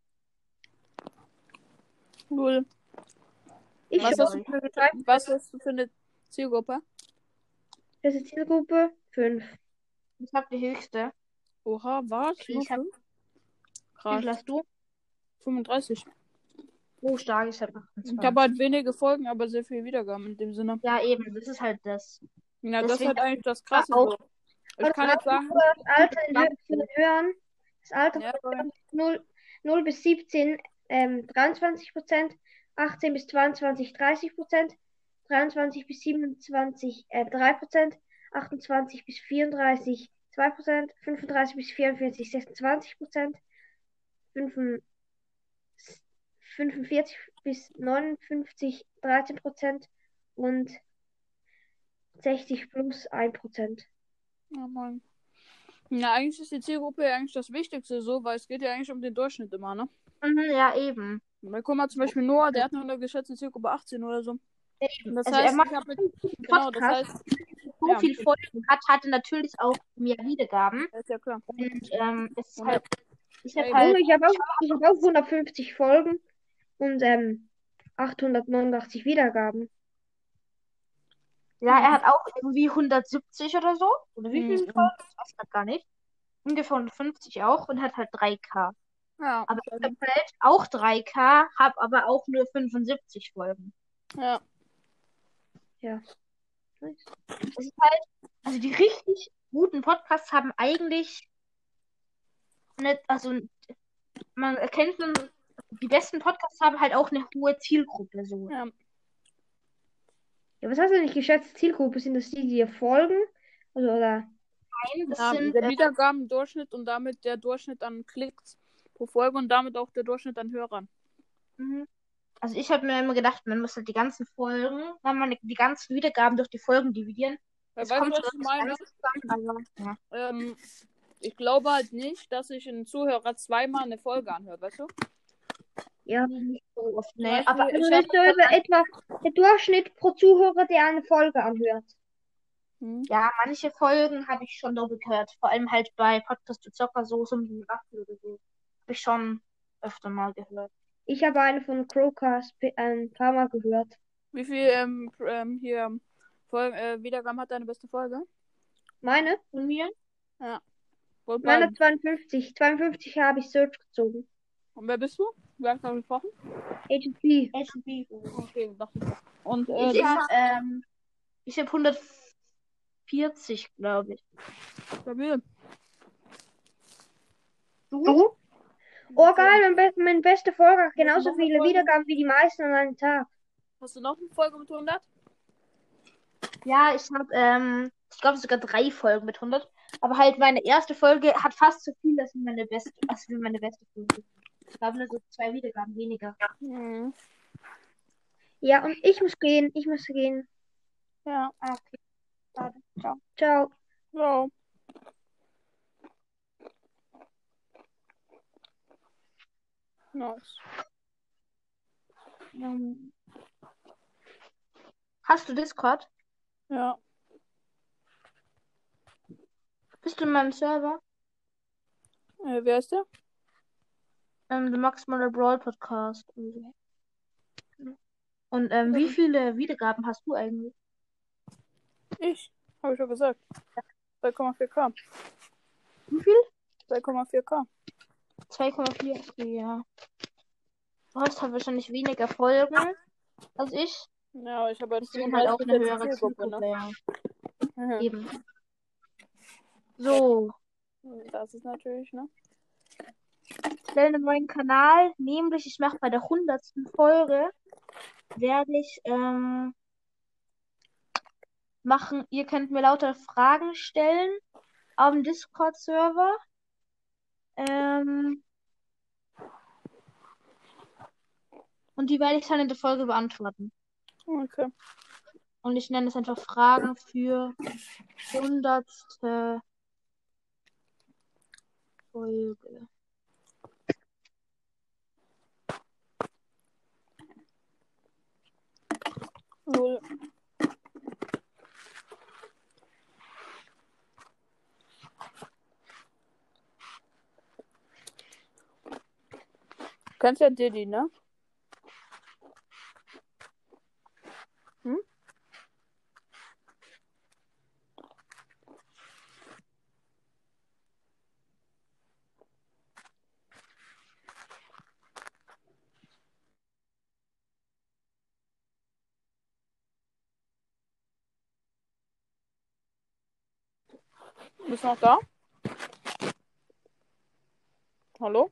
Null. Ich Was schon. hast du für eine, was hast du für eine Zielgruppe? Das ist Zielgruppe fünf. Ich habe die höchste. Oha, was? Okay, Nur ich hab- fünf? Wie Krass. viel hast du? fünfunddreißig. Oh, stark, ich habe Ich achtundzwanzig. habe halt wenige Folgen, aber sehr viel Wiedergaben in dem Sinne. Ja, eben, das ist halt das. Ja, das ist Deswegen- halt eigentlich das Krasse. auch- So. Ich Also kann jetzt sagen, das Alter in Hö- für den Hören, das Alter ja, aber- null, null bis siebzehn ähm, dreiundzwanzig Prozent, achtzehn bis zweiundzwanzig dreißig Prozent, dreiundzwanzig bis siebenundzwanzig äh, drei Prozent, achtundzwanzig bis vierunddreißig zwei Prozent, fünfunddreißig bis vierundvierzig sechsundzwanzig Prozent, fünfundvierzig bis neunundfünfzig dreizehn Prozent und sechzig plus ein Prozent. ja, Mann. Ja, eigentlich ist die Zielgruppe ja eigentlich das Wichtigste so, weil es geht ja eigentlich um den Durchschnitt immer, ne? Mhm, ja, eben. Weil guck mal, zum Beispiel Noah, der hat nur eine geschätzte Zielgruppe achtzehn oder so. Und das Also er heißt, macht ich hab mit, genau, das Podcast. heißt, So ja. viel Folgen hat, hatte natürlich auch mehr Wiedergaben. ist ja klar. Und ähm, es ist Und halt. Ich habe Hey, halt. Junge, ich habe auch, ich hab auch hundertfünfzig Folgen und ähm, achthundertneunundachtzig Wiedergaben. Ja, er hat auch irgendwie hundertsiebzig oder so. Oder wie viele Mhm. Folgen? Ich weiß grad gar nicht. Ungefähr hundertfünfzig auch und hat halt drei K. ja, Aber ich habe halt auch drei K, habe aber auch nur fünfundsiebzig Folgen. ja. Nice. Es ist halt, also die richtig guten Podcasts haben eigentlich nicht, also man erkennt schon, die besten Podcasts haben halt auch eine hohe Zielgruppe so. ja. Ja, was hast du nicht geschätzte Zielgruppe? Sind das die, die dir folgen? Also, oder? Nein, das ja sind der äh, Wiedergabendurchschnitt und damit der Durchschnitt an Klicks pro Folge und damit auch der Durchschnitt an Hörern. mhm. Also ich habe mir immer gedacht, man muss halt die ganzen Folgen, wenn man die ganzen Wiedergaben durch die Folgen dividieren. Weil, Es weißt du, kommt was schon ich meine? ganz zusammen, aber, ja. Ähm, ich glaube halt nicht, dass sich ein Zuhörer zweimal eine Folge anhört, weißt du? Ja. Nicht so oft, Zum ne? Beispiel, Aber Also ich das hab, ist so über etwa der Durchschnitt pro Zuhörer, der eine Folge anhört. hm, ja, manche Folgen habe ich schon doppelt gehört. Vor allem halt bei Podcast zu Zocker, so so mit Waffel oder so. Habe ich schon öfter mal gehört. Ich habe eine von Crowcast ein paar Mal gehört. wie viel ähm, ähm, hier Folgen, äh, Wiedergaben hat deine beste Folge? Meine? Von mir? Und, Meine bei, zweiundfünfzig. zweiundfünfzig habe ich Search gezogen. und wer bist du? Wer hat da gesprochen? Agent B. H B. Okay, dachte ich. Und äh, Ich das habe ähm, ich hab hundertvierzig, glaube ich. ist stabil. Du? Oh geil, mein, Be meine beste Folge hat genauso noch eine viele Folge? Wiedergaben wie die meisten an einem Tag. Hast du noch eine Folge mit hundert? Ja, ich habe, ähm, ich glaube sogar drei Folgen mit hundert. Aber halt meine erste Folge hat fast so viel, als wie meine beste, als wie meine beste Folge. Ich glaube nur so zwei Wiedergaben weniger. Mhm. Ja, und ich muss gehen. Ich muss gehen. Ja. Ah, okay. Schade. Ciao. Ciao. Ja. Nice. Ähm, Hast du Discord? Ja. Bist du in meinem Server? Äh, wer ist der? Ähm, der Max Muller Brawl Podcast. Und ähm, wie viele Wiedergaben hast du eigentlich? Ich. Habe ich schon gesagt. zwei Komma vier K. Wie viel? zwei Komma vier K. zwei Komma vier. Okay, ja. Du hast halt wahrscheinlich weniger Folgen als ich. Ja, aber ich habe halt Deswegen halt auch eine fünfunddreißig höhere Zielgruppe, Zielgruppe, ja. ne? Mhm. Eben. So, Das ist natürlich, ne? ich stelle einen neuen Kanal, nämlich ich mache bei der hundertsten Folge, werde ich ähm, machen, ihr könnt mir lauter Fragen stellen auf dem Discord-Server. Ähm, Und die werde ich dann in der Folge beantworten. Okay. Und ich nenne es einfach Fragen für hundertste Folge. Null. Du kennst ja Diddy, ne? Hm? Bist du noch da? Hallo?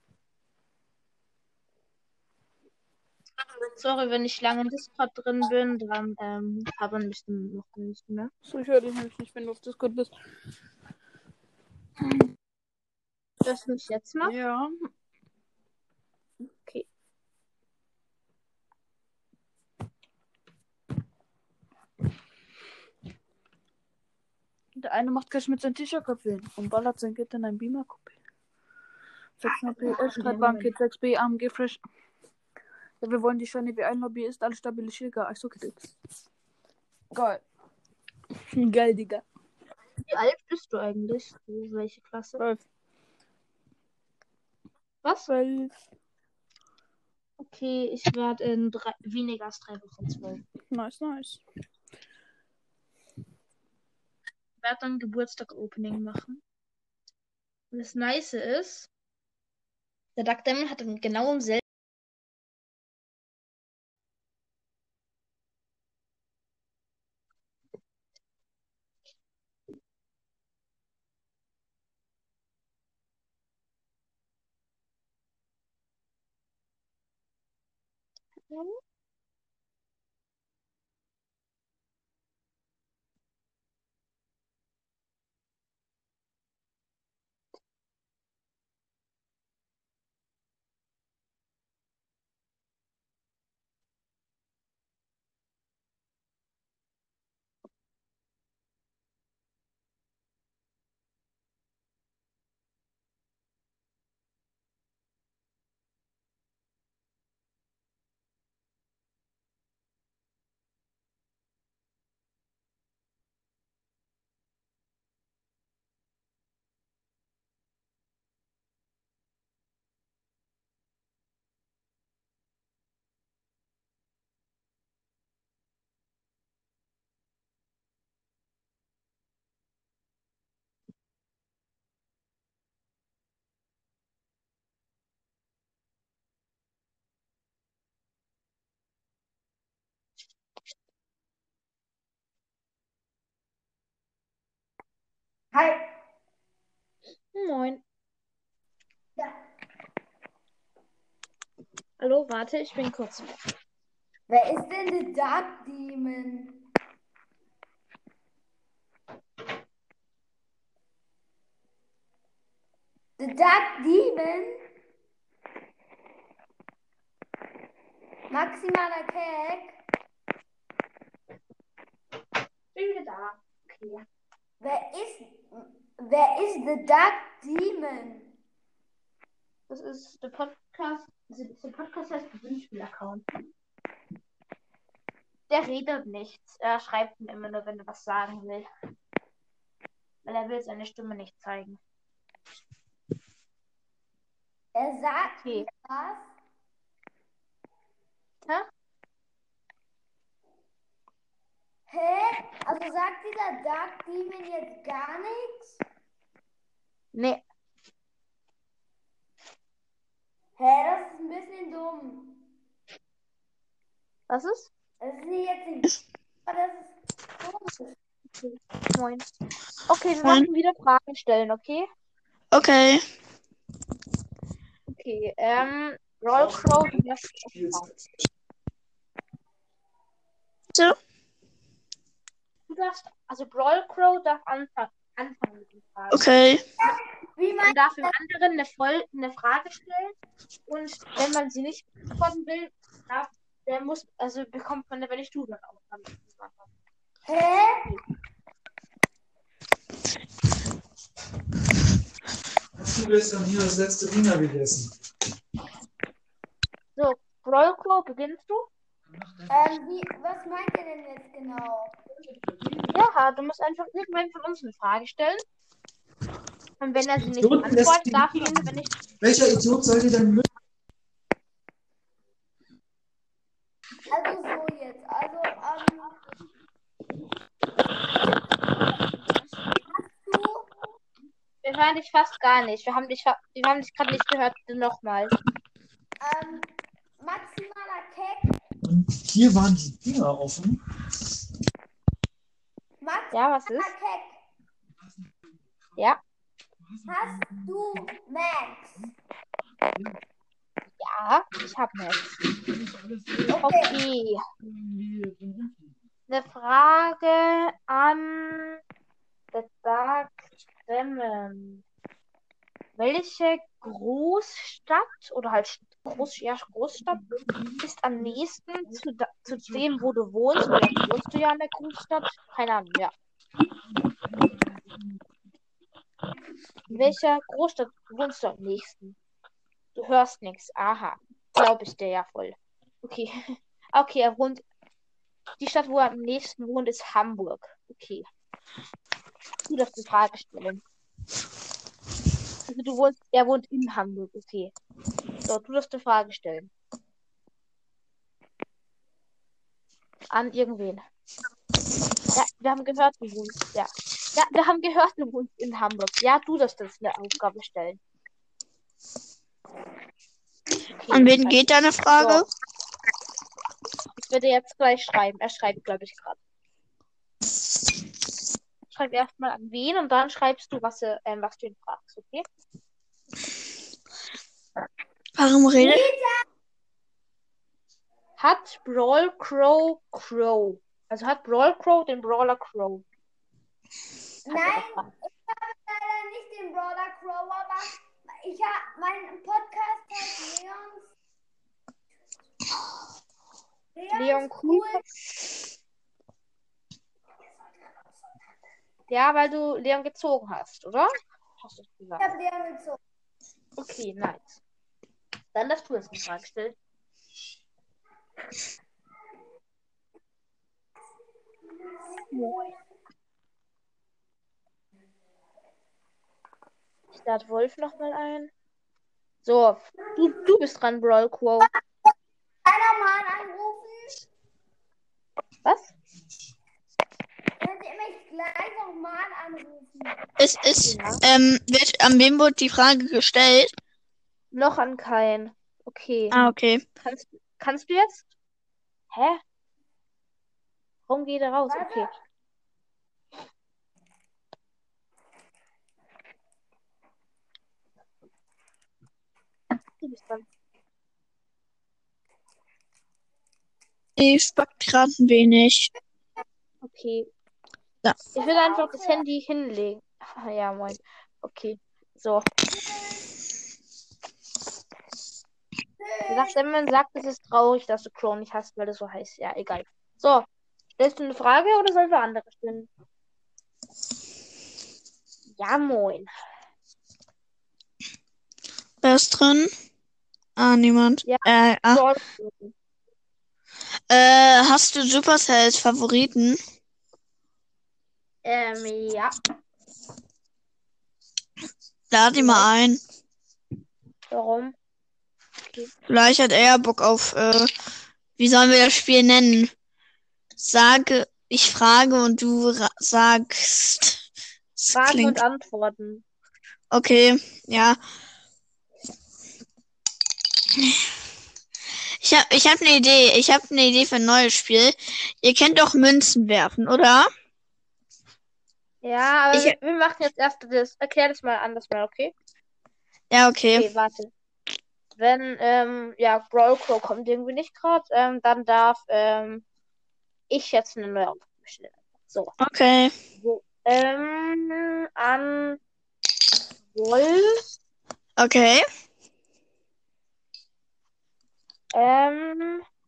Sorry, wenn ich lange in Discord drin bin, dann ähm, habe ich mich noch nicht mehr. So, ich höre dich nämlich nicht, wenn du auf Discord bist. Hörst du mich jetzt noch? Ja. Okay. Der eine macht gleich mit seinem T-Shirt-Kopf und ballert sein Kind in ein Beamer-Kopf. sechs P S, Streitwagen, sechs B, A M G, Fresh. Ja, wir wollen die Scheine wie ein Lobby ist, alles stabile Schilder. Ich so Dicks. Geil. Geil, Digga. Wie alt bist du eigentlich? Welche Klasse? zwölf. Was? zwölf. Okay, ich werde in drei, weniger als drei Wochen zwölf. Nice, nice. Ich werde dann Geburtstag-Opening machen. Und das Nice ist, der Duck Demon hat dann genau im selben. Hi. Moin. Ja. Hallo, warte, ich bin kurz. Wer ist denn der Dark Demon? The Dark Demon? Maximaler Keck? Bin wieder da. Okay. Wer ist, wer ist The Dark Demon? Das ist der Podcast. Der Podcast heißt Gewinnspiel-Account. Der redet nichts. Er schreibt mir immer nur, wenn er was sagen will. Weil er will seine Stimme nicht zeigen. Er sagt Okay. was? Hä? Hä? Also sagt dieser Dark Demon jetzt gar nichts? Nee. Hä, das ist ein bisschen dumm. Was ist? Das ist nicht jetzt nicht, aber das ist komisch. Moin. Okay, wir Moin. machen wieder Fragen stellen, okay? Okay. Okay, ähm, Roll Crow, du darfst So. Du darfst, also Brawl Crow darf anfangen, anfangen mit den Fragen. Okay. Wie Man man darf dem anderen eine, Voll eine Frage stellen und wenn man sie nicht beantworten will, Ja, der muss, also bekommt man, wenn ich du dann auch dran gemacht habe. Hä? Hast du gestern hier das letzte Wiener gegessen? So, Rollclaw, beginnst du? Ähm, wie, was meint ihr denn jetzt genau? Ja, du musst einfach irgendwann von uns eine Frage stellen. Und wenn er sie nicht Idioten lässt beantwortet, die darf Wiener ihn, wenn ich. Welcher Idiot soll dir denn Müll? Also so jetzt. Also, ähm, hast du, Wir hören dich fast gar nicht. Wir haben dich, fa- wir haben dich gerade nicht gehört. Bitte nochmal. ähm, maximaler Keck? Und hier waren die Dinger offen. Maximaler Ja, was ist? Keck. Ja. Hast du Max? Ja, ich hab Max. Okay. Okay. Eine Frage an The Dark Demon. Welche Großstadt oder halt Groß, ja, Großstadt ist am nächsten zu, da, zu dem, wo du wohnst? Vielleicht wohnst du ja in der Großstadt. Keine Ahnung, ja. In welcher Großstadt wohnst du am nächsten? Du hörst nichts. Aha. Glaube ich dir ja voll. Okay. Okay, er wohnt. Die Stadt, wo er am nächsten wohnt, ist Hamburg. Okay. Du darfst die Frage stellen. Also du wohnst, er wohnt in Hamburg. Okay. So, du darfst die Frage stellen. An irgendwen. Ja, wir haben gehört, du wohnst. Ja. Ja, wir haben gehört, du wohnst in Hamburg. Ja, du darfst jetzt eine Aufgabe stellen. Okay, An wen also, geht deine Frage? so. Ich werde jetzt gleich schreiben. Er schreibt, glaube ich, gerade. Schreib erstmal an wen und dann schreibst du, was, er, ähm, was du ihn fragst, okay? Warum redet? Hat Brawl Crow Crow? Also hat Brawl Crow den Brawler Crow? Hat er Nein, gefragt. ich habe leider nicht den Brawler Crow, aber ich habe mein Podcast heißt Leons. Leon Cool. Ja, weil du Leon gezogen hast, oder? Hast du es Ich gesagt? habe Leon gezogen. Okay, nice. Dann darfst du jetzt eine Frage stellen. Ich lade Wolf nochmal ein. So, du, du bist dran, Brawl Crow. Einer mal anrufen. Was? Könnt ihr mich gleich nochmal anrufen? Es ist, Ja. ähm, wird, an wem wurde die Frage gestellt? Noch an keinen. Okay. Ah, okay. Kannst, kannst du jetzt? Hä? Warum geht er raus? Warte. Okay. Du bist dran. Ich back gerade ein wenig. Okay. Ja. Ich will einfach das Handy hinlegen. Ah, ja, moin. Okay. So. Wie gesagt, wenn man sagt, es ist traurig, dass du Crow nicht hast, weil das so heißt. Ja, egal. So. Stellst du eine Frage oder sollen wir andere stellen? Ja, moin. Wer ist drin? Ah, niemand. Ja. Äh, ah. Brawl. äh, hast du Supercells Favoriten? Ähm, ja. Lad ihn mal ein. Warum? Vielleicht hat er Bock auf, äh, wie sollen wir das Spiel nennen? Sage, ich frage und du ra- sagst. Das Fragen klingt und Antworten. okay, ja. Ich hab, ich hab eine Idee. Ich hab eine Idee für ein neues Spiel. Ihr kennt doch Münzen werfen, oder? Ja, aber Ich- wir, wir machen jetzt erst das. Erklär das mal anders mal, okay? Ja, okay. Okay, warte. Wenn, ähm, ja, Brawl Crow kommt irgendwie nicht gerade, ähm, dann darf, ähm, ich jetzt eine neue Aufgabe stellen. So. Okay. So. Ähm, an Wolf. Okay. Ähm,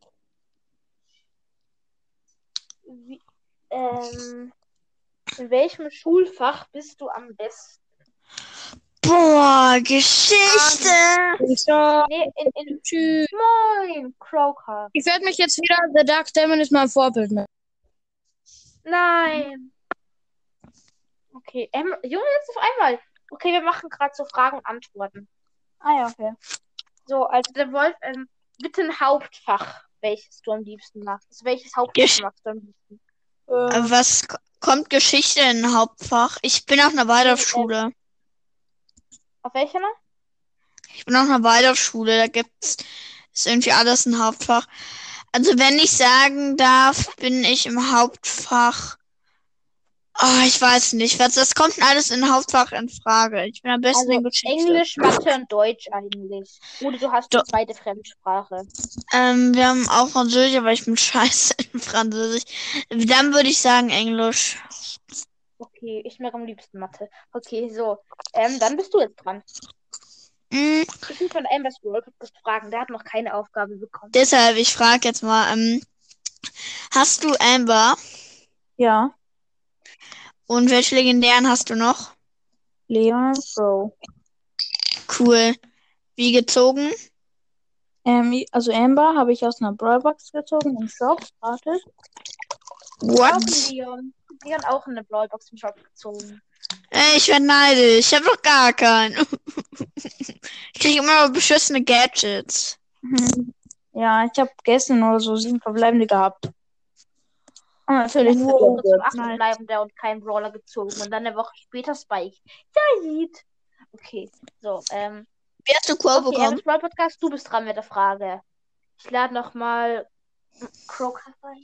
wie, ähm, in welchem Schulfach bist du am besten? Boah, Geschichte. So, Nee, in, in, tschüss. moin, Croker. Ich werde mich jetzt wieder. The Dark Demon ist mein Vorbild. Ne? Nein. Okay, ähm, Junge, jetzt auf einmal. Okay, wir machen gerade so Fragen und Antworten. Ah ja, okay. So, also der Wolf, ähm, bitte ein Hauptfach, welches du am liebsten magst. Also welches Hauptfach Gesch magst du am liebsten? Äh, Was k- kommt Geschichte in ein Hauptfach? Ich bin auf einer Waldorfschule. Auf welcher noch? Ich bin auf einer Waldorfschule. Da gibt's ist irgendwie alles ein Hauptfach. Also wenn ich sagen darf, bin ich im Hauptfach. Oh, ich weiß nicht. Was, das kommt denn alles in Hauptfach in Frage. Ich bin am besten Also in Geschichte. Englisch, Mathe und Deutsch eigentlich. Oder du hast Do- eine zweite Fremdsprache. Ähm, wir haben auch Französisch, aber ich bin scheiße in Französisch. Dann würde ich sagen Englisch. Okay, ich mag am liebsten Mathe. Okay, so. Ähm, dann bist du jetzt dran. Mm, Ich will von Amber's World Podcast fragen. Der hat noch keine Aufgabe bekommen. deshalb, ich frage jetzt mal, ähm, hast du Amber ja. und welche legendären hast du noch? Leon und Bro. Cool. Wie gezogen? Ähm, also Amber habe ich aus einer Brawlbox gezogen im Shop. Gratis. Auch What? ein Leon. Leon auch in eine Brawlbox im Shop gezogen. Ey, ich werde neidisch. Ich habe doch gar keinen. Ich kriege immer nur beschissene Gadgets. Mhm. Ja, ich habe gestern oder so sieben verbleibende gehabt. Und natürlich Ich nur habe zum nice. achten bleibender und keinen Brawler gezogen. Und dann eine Woche später Spike. Ja, sieht. Okay, so, ähm. Wie hast du Quo Okay, bekommen? Amber's World Podcast, du bist dran mit der Frage. Ich lade nochmal Croker rein.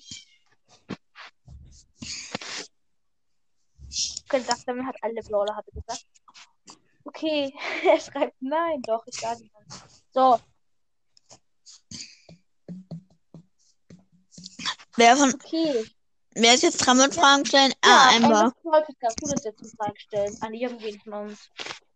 Okay, sagt, damit hat alle Brawler, hat er gesagt. Okay, er schreibt nein, doch, ich lade ihn an. So, Wer von okay. wer ist jetzt dran mit Fragen stellen? Ja, Ah, Amber. Amber's World Podcast, du das jetzt eine Frage stellen. An irgendwen von uns.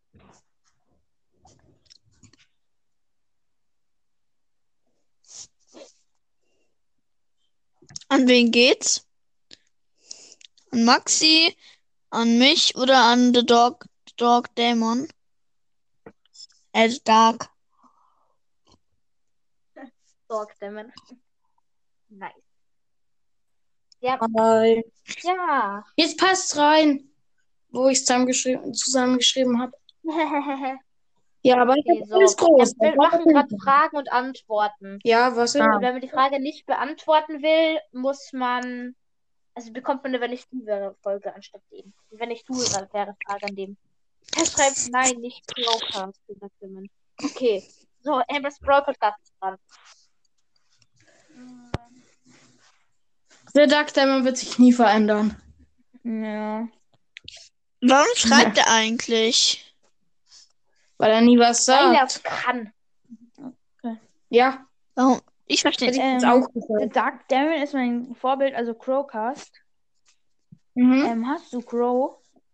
An wen geht's? An Maxi? An mich oder an The Dog, The Dog Demon? Äh, The Dark. Sorgstemmen. Nice. Ja, Hi. ja. Jetzt passt rein, wo ich es zusammengeschrieben, zusammengeschrieben habe. Ja, aber ich Okay, habe so. alles groß. Ähm, wir machen gerade Fragen und Antworten. Ja, was denn? Und wenn man die Frage nicht beantworten will, muss man. Also bekommt man eine Wenn ich du wäre Folge anstatt dem. Wenn ich du wäre Frage an dem. Er schreibt nein, nicht Crowcast, gesagt Simon. Okay. So, Amber's Brawl Podcast ist dran. Der Dark Demon wird sich nie verändern. Ja. Warum schreibt er eigentlich? Weil er nie was Weil er sagt. es kann. Ja, Warum? Ich verstehe hätte ich nicht. jetzt Ähm, auch gesagt. The Dark Demon ist mein Vorbild, also Crowcast. Mhm. Ähm, hast du Crow?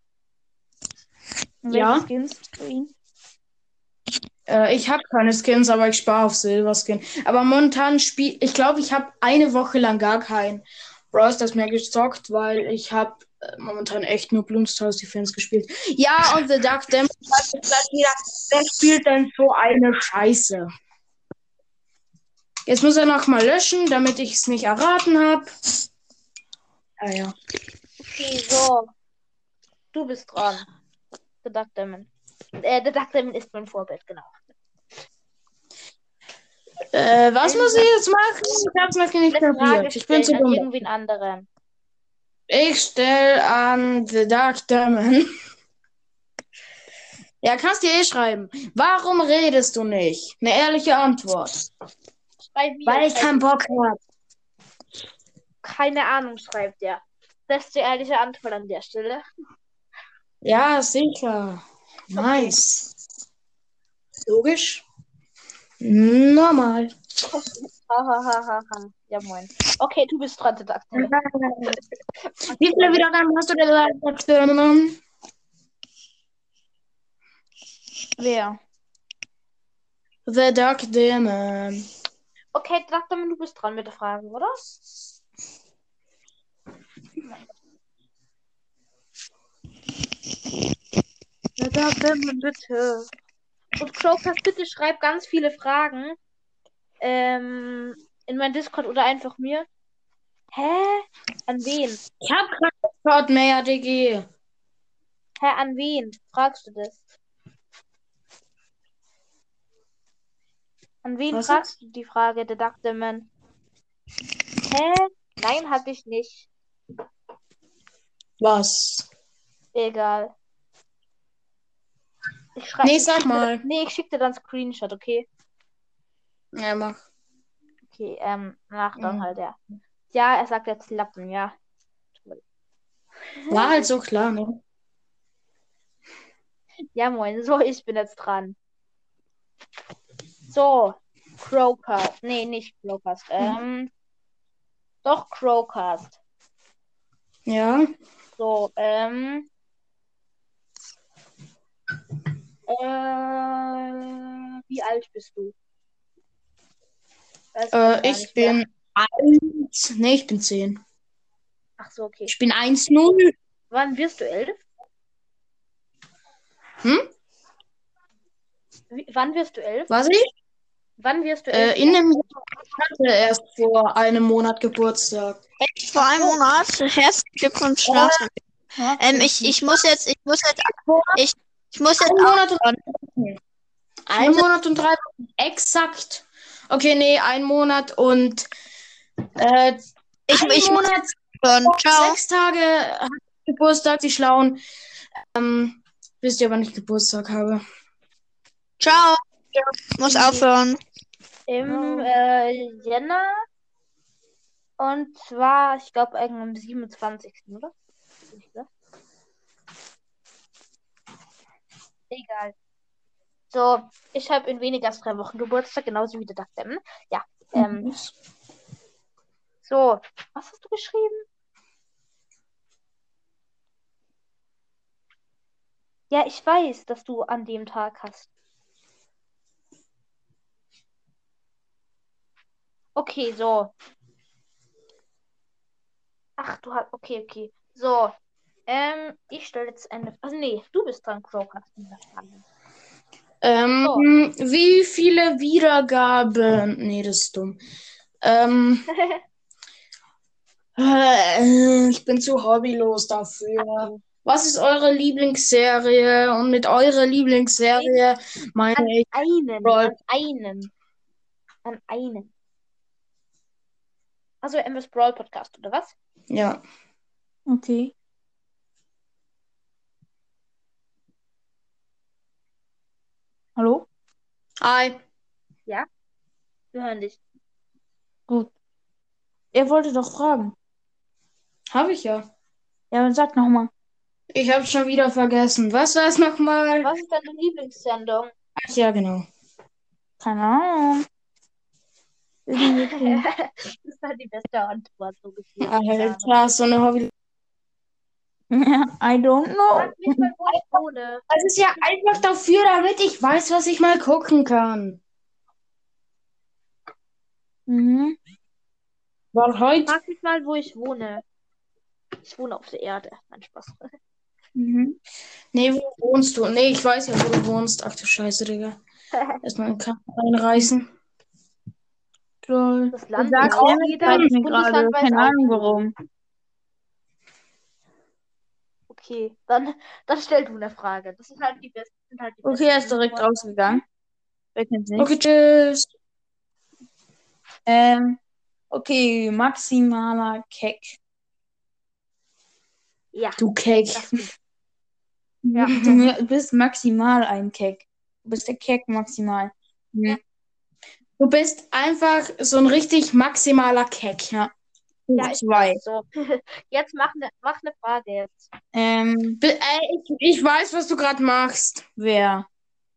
Und Ja. welche Skins für ihn? Äh, ich habe keine Skins, aber ich spare auf Silberskin. Aber momentan spiele ich glaube, ich habe eine Woche lang gar keinen Brawl Stars mehr gezockt, weil ich habe äh, momentan echt nur Bloomstars Defense gespielt. Ja, und The Dark Demon sagt jetzt gleich wieder, wer spielt denn so eine Scheiße? Jetzt muss er noch mal löschen, damit ich es nicht erraten habe. Ah ja. Okay, so. Du bist dran. The Dark Demon. Äh, The Dark Demon ist mein Vorbild, genau. Äh, was muss ich jetzt machen? Ich hab's noch nicht Eine Frage kapiert. Ich bin zu stellen an dumm. irgendwen anderen. Ich stelle an The Dark Demon. Ja, kannst dir eh schreiben. Warum redest du nicht? Eine ehrliche Antwort. Schreib mir, Weil ich schreib keinen mir. Bock habe. Keine Ahnung, schreibt er. Das ist die ehrliche Antwort an der Stelle. Ja, sicher. Nice. Logisch. Normal. Hahaha. Ja, moin. Okay, du bist dran, The Dark Demon. Wie viele Wiedergaben hast du denn Dark Demon? Wer? The Dark Demon. Okay, The Dark Demon, du bist dran mit der Frage, oder? Ja, da, Batman, bitte. Und Crowcast, bitte schreib ganz viele Fragen ähm, in mein Discord oder einfach mir. Hä? An wen? Ich hab kein Discord mehr, Diggi. Hä, an wen? Fragst du das? An wen Was fragst du die Frage, der Duckdeman? Hä? Nein, hab ich nicht. Was? Egal. Ich schreibe. Nee, sag mal. Nee, ich schick dir dann Screenshot, okay? Ja, mach. Okay, ähm, nach dann Mhm. halt, ja. Ja, er sagt jetzt Lappen, ja. War halt so klar, ne? Ja, moin, so, ich bin jetzt dran. So, Crowcast. Nee, nicht Crowcast. Ähm, doch Crowcast. Ja. So, ähm. Äh, wie alt bist du? Weiß gar Äh, ich nicht mehr. bin eins. Nee, ich bin zehn. Ach so, okay. Ich bin eins null. Wann wirst du elf? Hm? Wie, wann wirst du elf? Was ich? Wann wirst du elf? Äh, in einem Jahr. Ich hatte erst vor einem Monat Geburtstag. Echt vor einem Monat? Herzlichen Glückwunsch dazu. Ähm, ich, ich muss jetzt, ich muss jetzt, ich, ich muss jetzt Ein Monat und aufhören. Ein Monat und drei Wochen. Exakt. Okay, nee, ein Monat und äh, Ich, ein ich muss Monat jetzt aufhören. und Ciao. sechs Tage hat Geburtstag, die Schlauen. Ähm, wisst ihr, wann ich Geburtstag habe? Ciao. Muss aufhören. Im äh, Jänner. Und zwar, ich glaube, am siebenundzwanzigsten oder? Egal. So, ich habe in weniger als drei Wochen Geburtstag, genauso wie der Duckdem. Ja. Ähm, so, was hast du geschrieben? Ja, ich weiß, dass du an dem Tag hast. Okay, so. Ach, du hast. Okay, okay. So. Ähm, ich stelle jetzt eine. Also, nee, du bist dran, Crowcast. Ähm, So. wie viele Wiedergaben? Nee, das ist dumm. Ähm, äh, ich bin zu hobbylos dafür. Was ist eure Lieblingsserie? Und mit eurer Lieblingsserie meine An ich einen. Brawl. An einen. An einen. Also, M S Brawl Podcast, oder was? Ja. Okay. Hallo? Hi. Wir hören dich. Gut. Er wollte doch fragen. Habe ich ja. Ja, dann sag nochmal. Ich habe schon wieder vergessen. Was war es nochmal? Was ist deine Lieblingssendung? Ach ja, genau. Keine Ahnung. Irgendwie- Das war die beste Antwort, so gefühlt. Alter, so eine Hobby. I don't know. Frag mich mal, wo ich wohne. Das ist ja einfach dafür, damit ich weiß, was ich mal gucken kann. Mhm. Weil heute. Frag mich mal, wo ich wohne. Ich wohne auf der Erde. Mein Spaß. Mhm. Nee, wo wohnst du? Nee, ich weiß ja, wo du wohnst. Ach du Scheiße, Digga. Erstmal einen Kampf reinreißen. Toll. Das Du Land sagst weiß auch ja, jeder. mir Das gerade. Bundesland weiß Keine auch Ahnung jeder. warum. Okay, dann, dann stell du eine Frage. Das sind halt die besten. Sind halt die Okay, er ist besten direkt Antworten. rausgegangen. Wer kennt's nicht? Okay, tschüss. Ähm, okay, maximaler Keck. Ja, Du Keck. das bin ich. Ja. Du bist maximal ein Keck. Du bist der Keck maximal. Mhm. Du bist einfach so ein richtig maximaler Keck, ja. Hoch Ja, ich zwei. weiß. So. Jetzt mach eine mach ne Frage jetzt. Ähm, Be- Ey, ich, ich weiß, was du gerade machst. wer?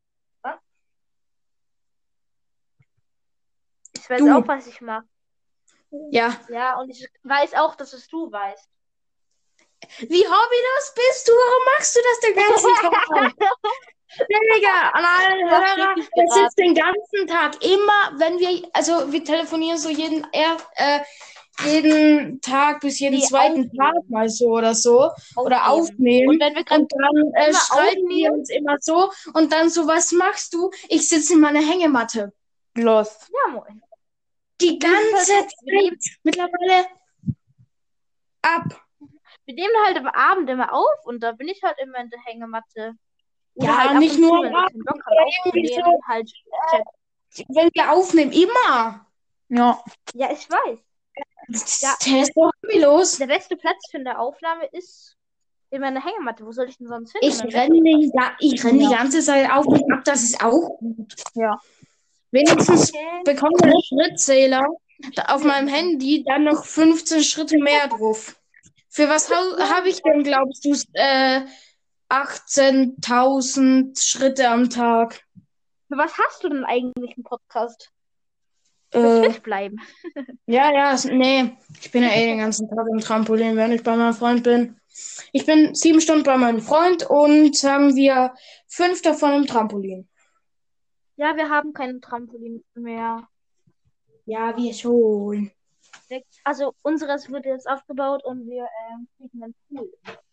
Ich weiß Du. auch, was ich mache. Ja. Ja, und ich weiß auch, dass es du weißt. Wie hobbylos bist du? Warum machst du das den ganzen Tag? Digga, an alle Du hast Hörer, wirklich das geraten. ist den ganzen Tag. Immer, wenn wir, also wir telefonieren so jeden, er, äh, jeden Tag bis jeden Nee, zweiten Tag aufnehmen. mal so oder so. Oder Aufnehmen. aufnehmen. Und wenn wir gerade Und dann äh, immer schreiben wir aufnehmen, uns immer so. Und dann so, was machst du? Ich sitze in meiner Hängematte. Los. ja, moin. Die Das ist ganze halt, wir nehmen, Zeit. Mittlerweile ab. wir nehmen halt am Abend immer auf und da bin ich halt immer in der Hängematte. Oder Ja, halt ab nicht und zu, nur wenn am wir keinen Bock Abend, haben aber irgendwie aufzunehmen, so, halt Chat. wenn wir aufnehmen, immer. Ja. Ja, ich weiß. Ja, Der ist doch los. der beste Platz für eine Aufnahme ist in meiner Hängematte. Wo soll ich denn sonst hin? Ich In meinem renne Laptop. die, ja, ich renn die Ja. ganze Zeit auf und ab, das ist auch gut. Ja. Wenigstens Okay. bekommt der Schrittzähler da auf meinem Handy dann noch fünfzehn Schritte mehr drauf. Für was habe ich denn, glaubst du, äh, achtzehntausend Schritte am Tag? Für was hast du denn eigentlich einen Podcast? Für Äh, fit bleiben. ja, ja, s- nee. Ich bin ja eh den ganzen Tag im Trampolin, wenn ich bei meinem Freund bin. Ich bin sieben Stunden bei meinem Freund und haben wir fünf davon im Trampolin. Ja, wir haben keinen Trampolin mehr. Ja, wir schon. Also unseres wird jetzt aufgebaut und wir ähm, kriegen einen Pool.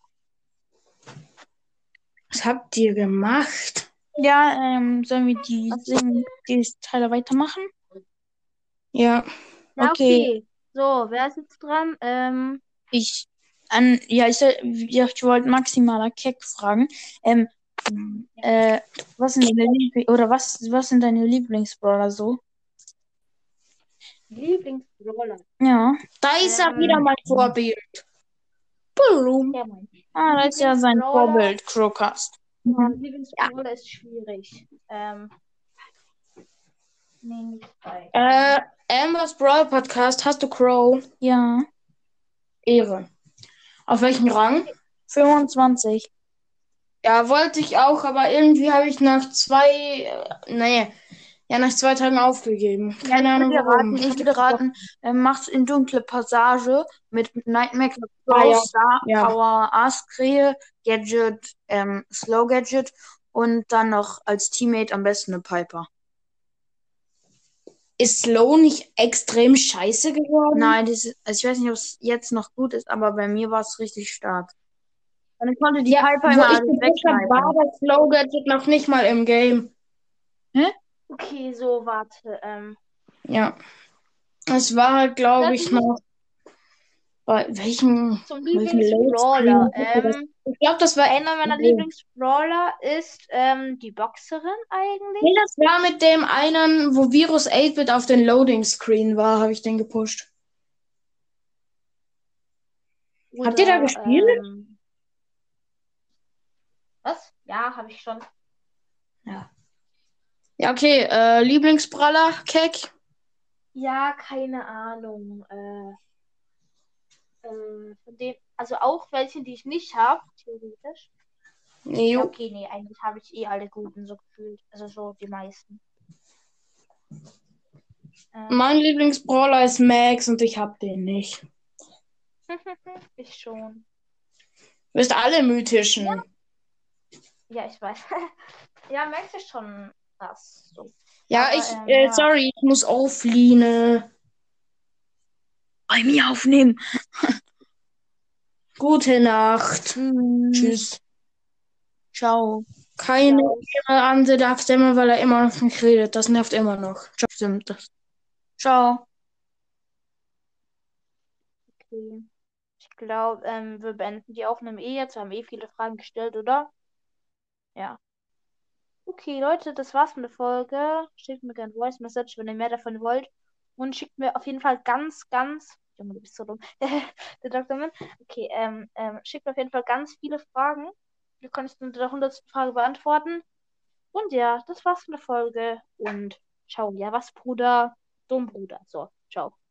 Was habt ihr gemacht? Ja, ähm, sollen wir die, Was? Sing- die Teile weitermachen? Ja. Ja, Okay. okay. So, wer ist jetzt dran? Ähm, Ich, an, ja, ich, soll- ja, ich wollte maximaler Keck fragen. Ähm, äh, was sind deine Liebling oder was, was sind deine Lieblingsbrawler so? Lieblingsbrawler. Ja. Da ist er Ähm, wieder mein Vorbild. Boom. ja, mein Ah, das ist ja sein Lieblingsbrawler. Vorbild, Crowcast. Ja, Lieblingsbrawler ist schwierig. Ähm, nee, nicht bei. Äh, Ambers Brawl Podcast, hast du Crow? Ja. Ehre. Auf welchen Rang? fünfundzwanzig. Ja, wollte ich auch, aber irgendwie habe ich nach zwei, äh, nee, ja, nach zwei Tagen aufgegeben. Keine Ja, ich Ahnung würde dir warum. raten, ich würde raten, ähm, mach's in dunkle Passage mit Nightmare, Ah, ja. Crow, Star Ja. Power, Askrähe, Gadget, ähm, Slow Gadget und dann noch als Teammate am besten eine Piper. Ist Slow nicht extrem scheiße geworden? Nein, das ist, also ich weiß nicht, ob es jetzt noch gut ist, aber bei mir war es richtig stark. Dann konnte die Ja, Piper wo immer ich alles gepusht habe, war wegsnipen. das Slow Gadget noch nicht mal im Game. Hä? Okay, so, warte. Ähm, Ja. Es war halt, glaube das ich, ist noch bei welchem, zum welchem Lieblingsbrawler. Loadscreen hatte das? Ähm, Ich glaube, das war einer meiner Lieblingsbrawler ist ähm, die Boxerin eigentlich. Nee, das war mit dem einen, wo Virus acht-Bit auf den Loading Screen war, habe ich den gepusht. Habt ihr da Oder, gespielt? ähm, was? Ja, habe ich schon. Ja. Ja, okay. Äh, Lieblingsbraller, Keck? Ja, keine Ahnung. Äh, äh, von den, also auch welche, die ich nicht habe, theoretisch. Nee, Ja, jo. okay, nee, eigentlich habe ich eh alle guten so gefühlt. Also so die meisten. Äh, Mein Lieblingsbrawler ist Max und ich hab den nicht. ich schon. Du bist alle mythischen. Ja, ich weiß. Ja, Max ist schon krass. So. Ja, Aber, ich, ähm, äh, ja. sorry, ich muss aufliehen. Bei mir aufnehmen. Gute Nacht. Tschüss. Tschüss. Ciao. Keine Ciao. Ehre, Ande darfst immer, weil er immer noch nicht redet. Das nervt immer noch. Ciao. Stimmt das. Ciao. Okay. Ich glaube, ähm, wir beenden die Aufnahme eh jetzt. Wir haben eh viele Fragen gestellt, oder? Ja. Okay, Leute, das war's mit der Folge. Schickt mir gerne Voice Message, wenn ihr mehr davon wollt. Und schickt mir auf jeden Fall ganz, ganz. Junge, du bist so dumm. Der Doktor Mann. Okay, ähm, ähm, schickt mir auf jeden Fall ganz viele Fragen. Wir können es in der hundertsten Frage beantworten. Und ja, das war's mit der Folge. Und ciao. Ja, was, Bruder? Dumm, Bruder. So, ciao.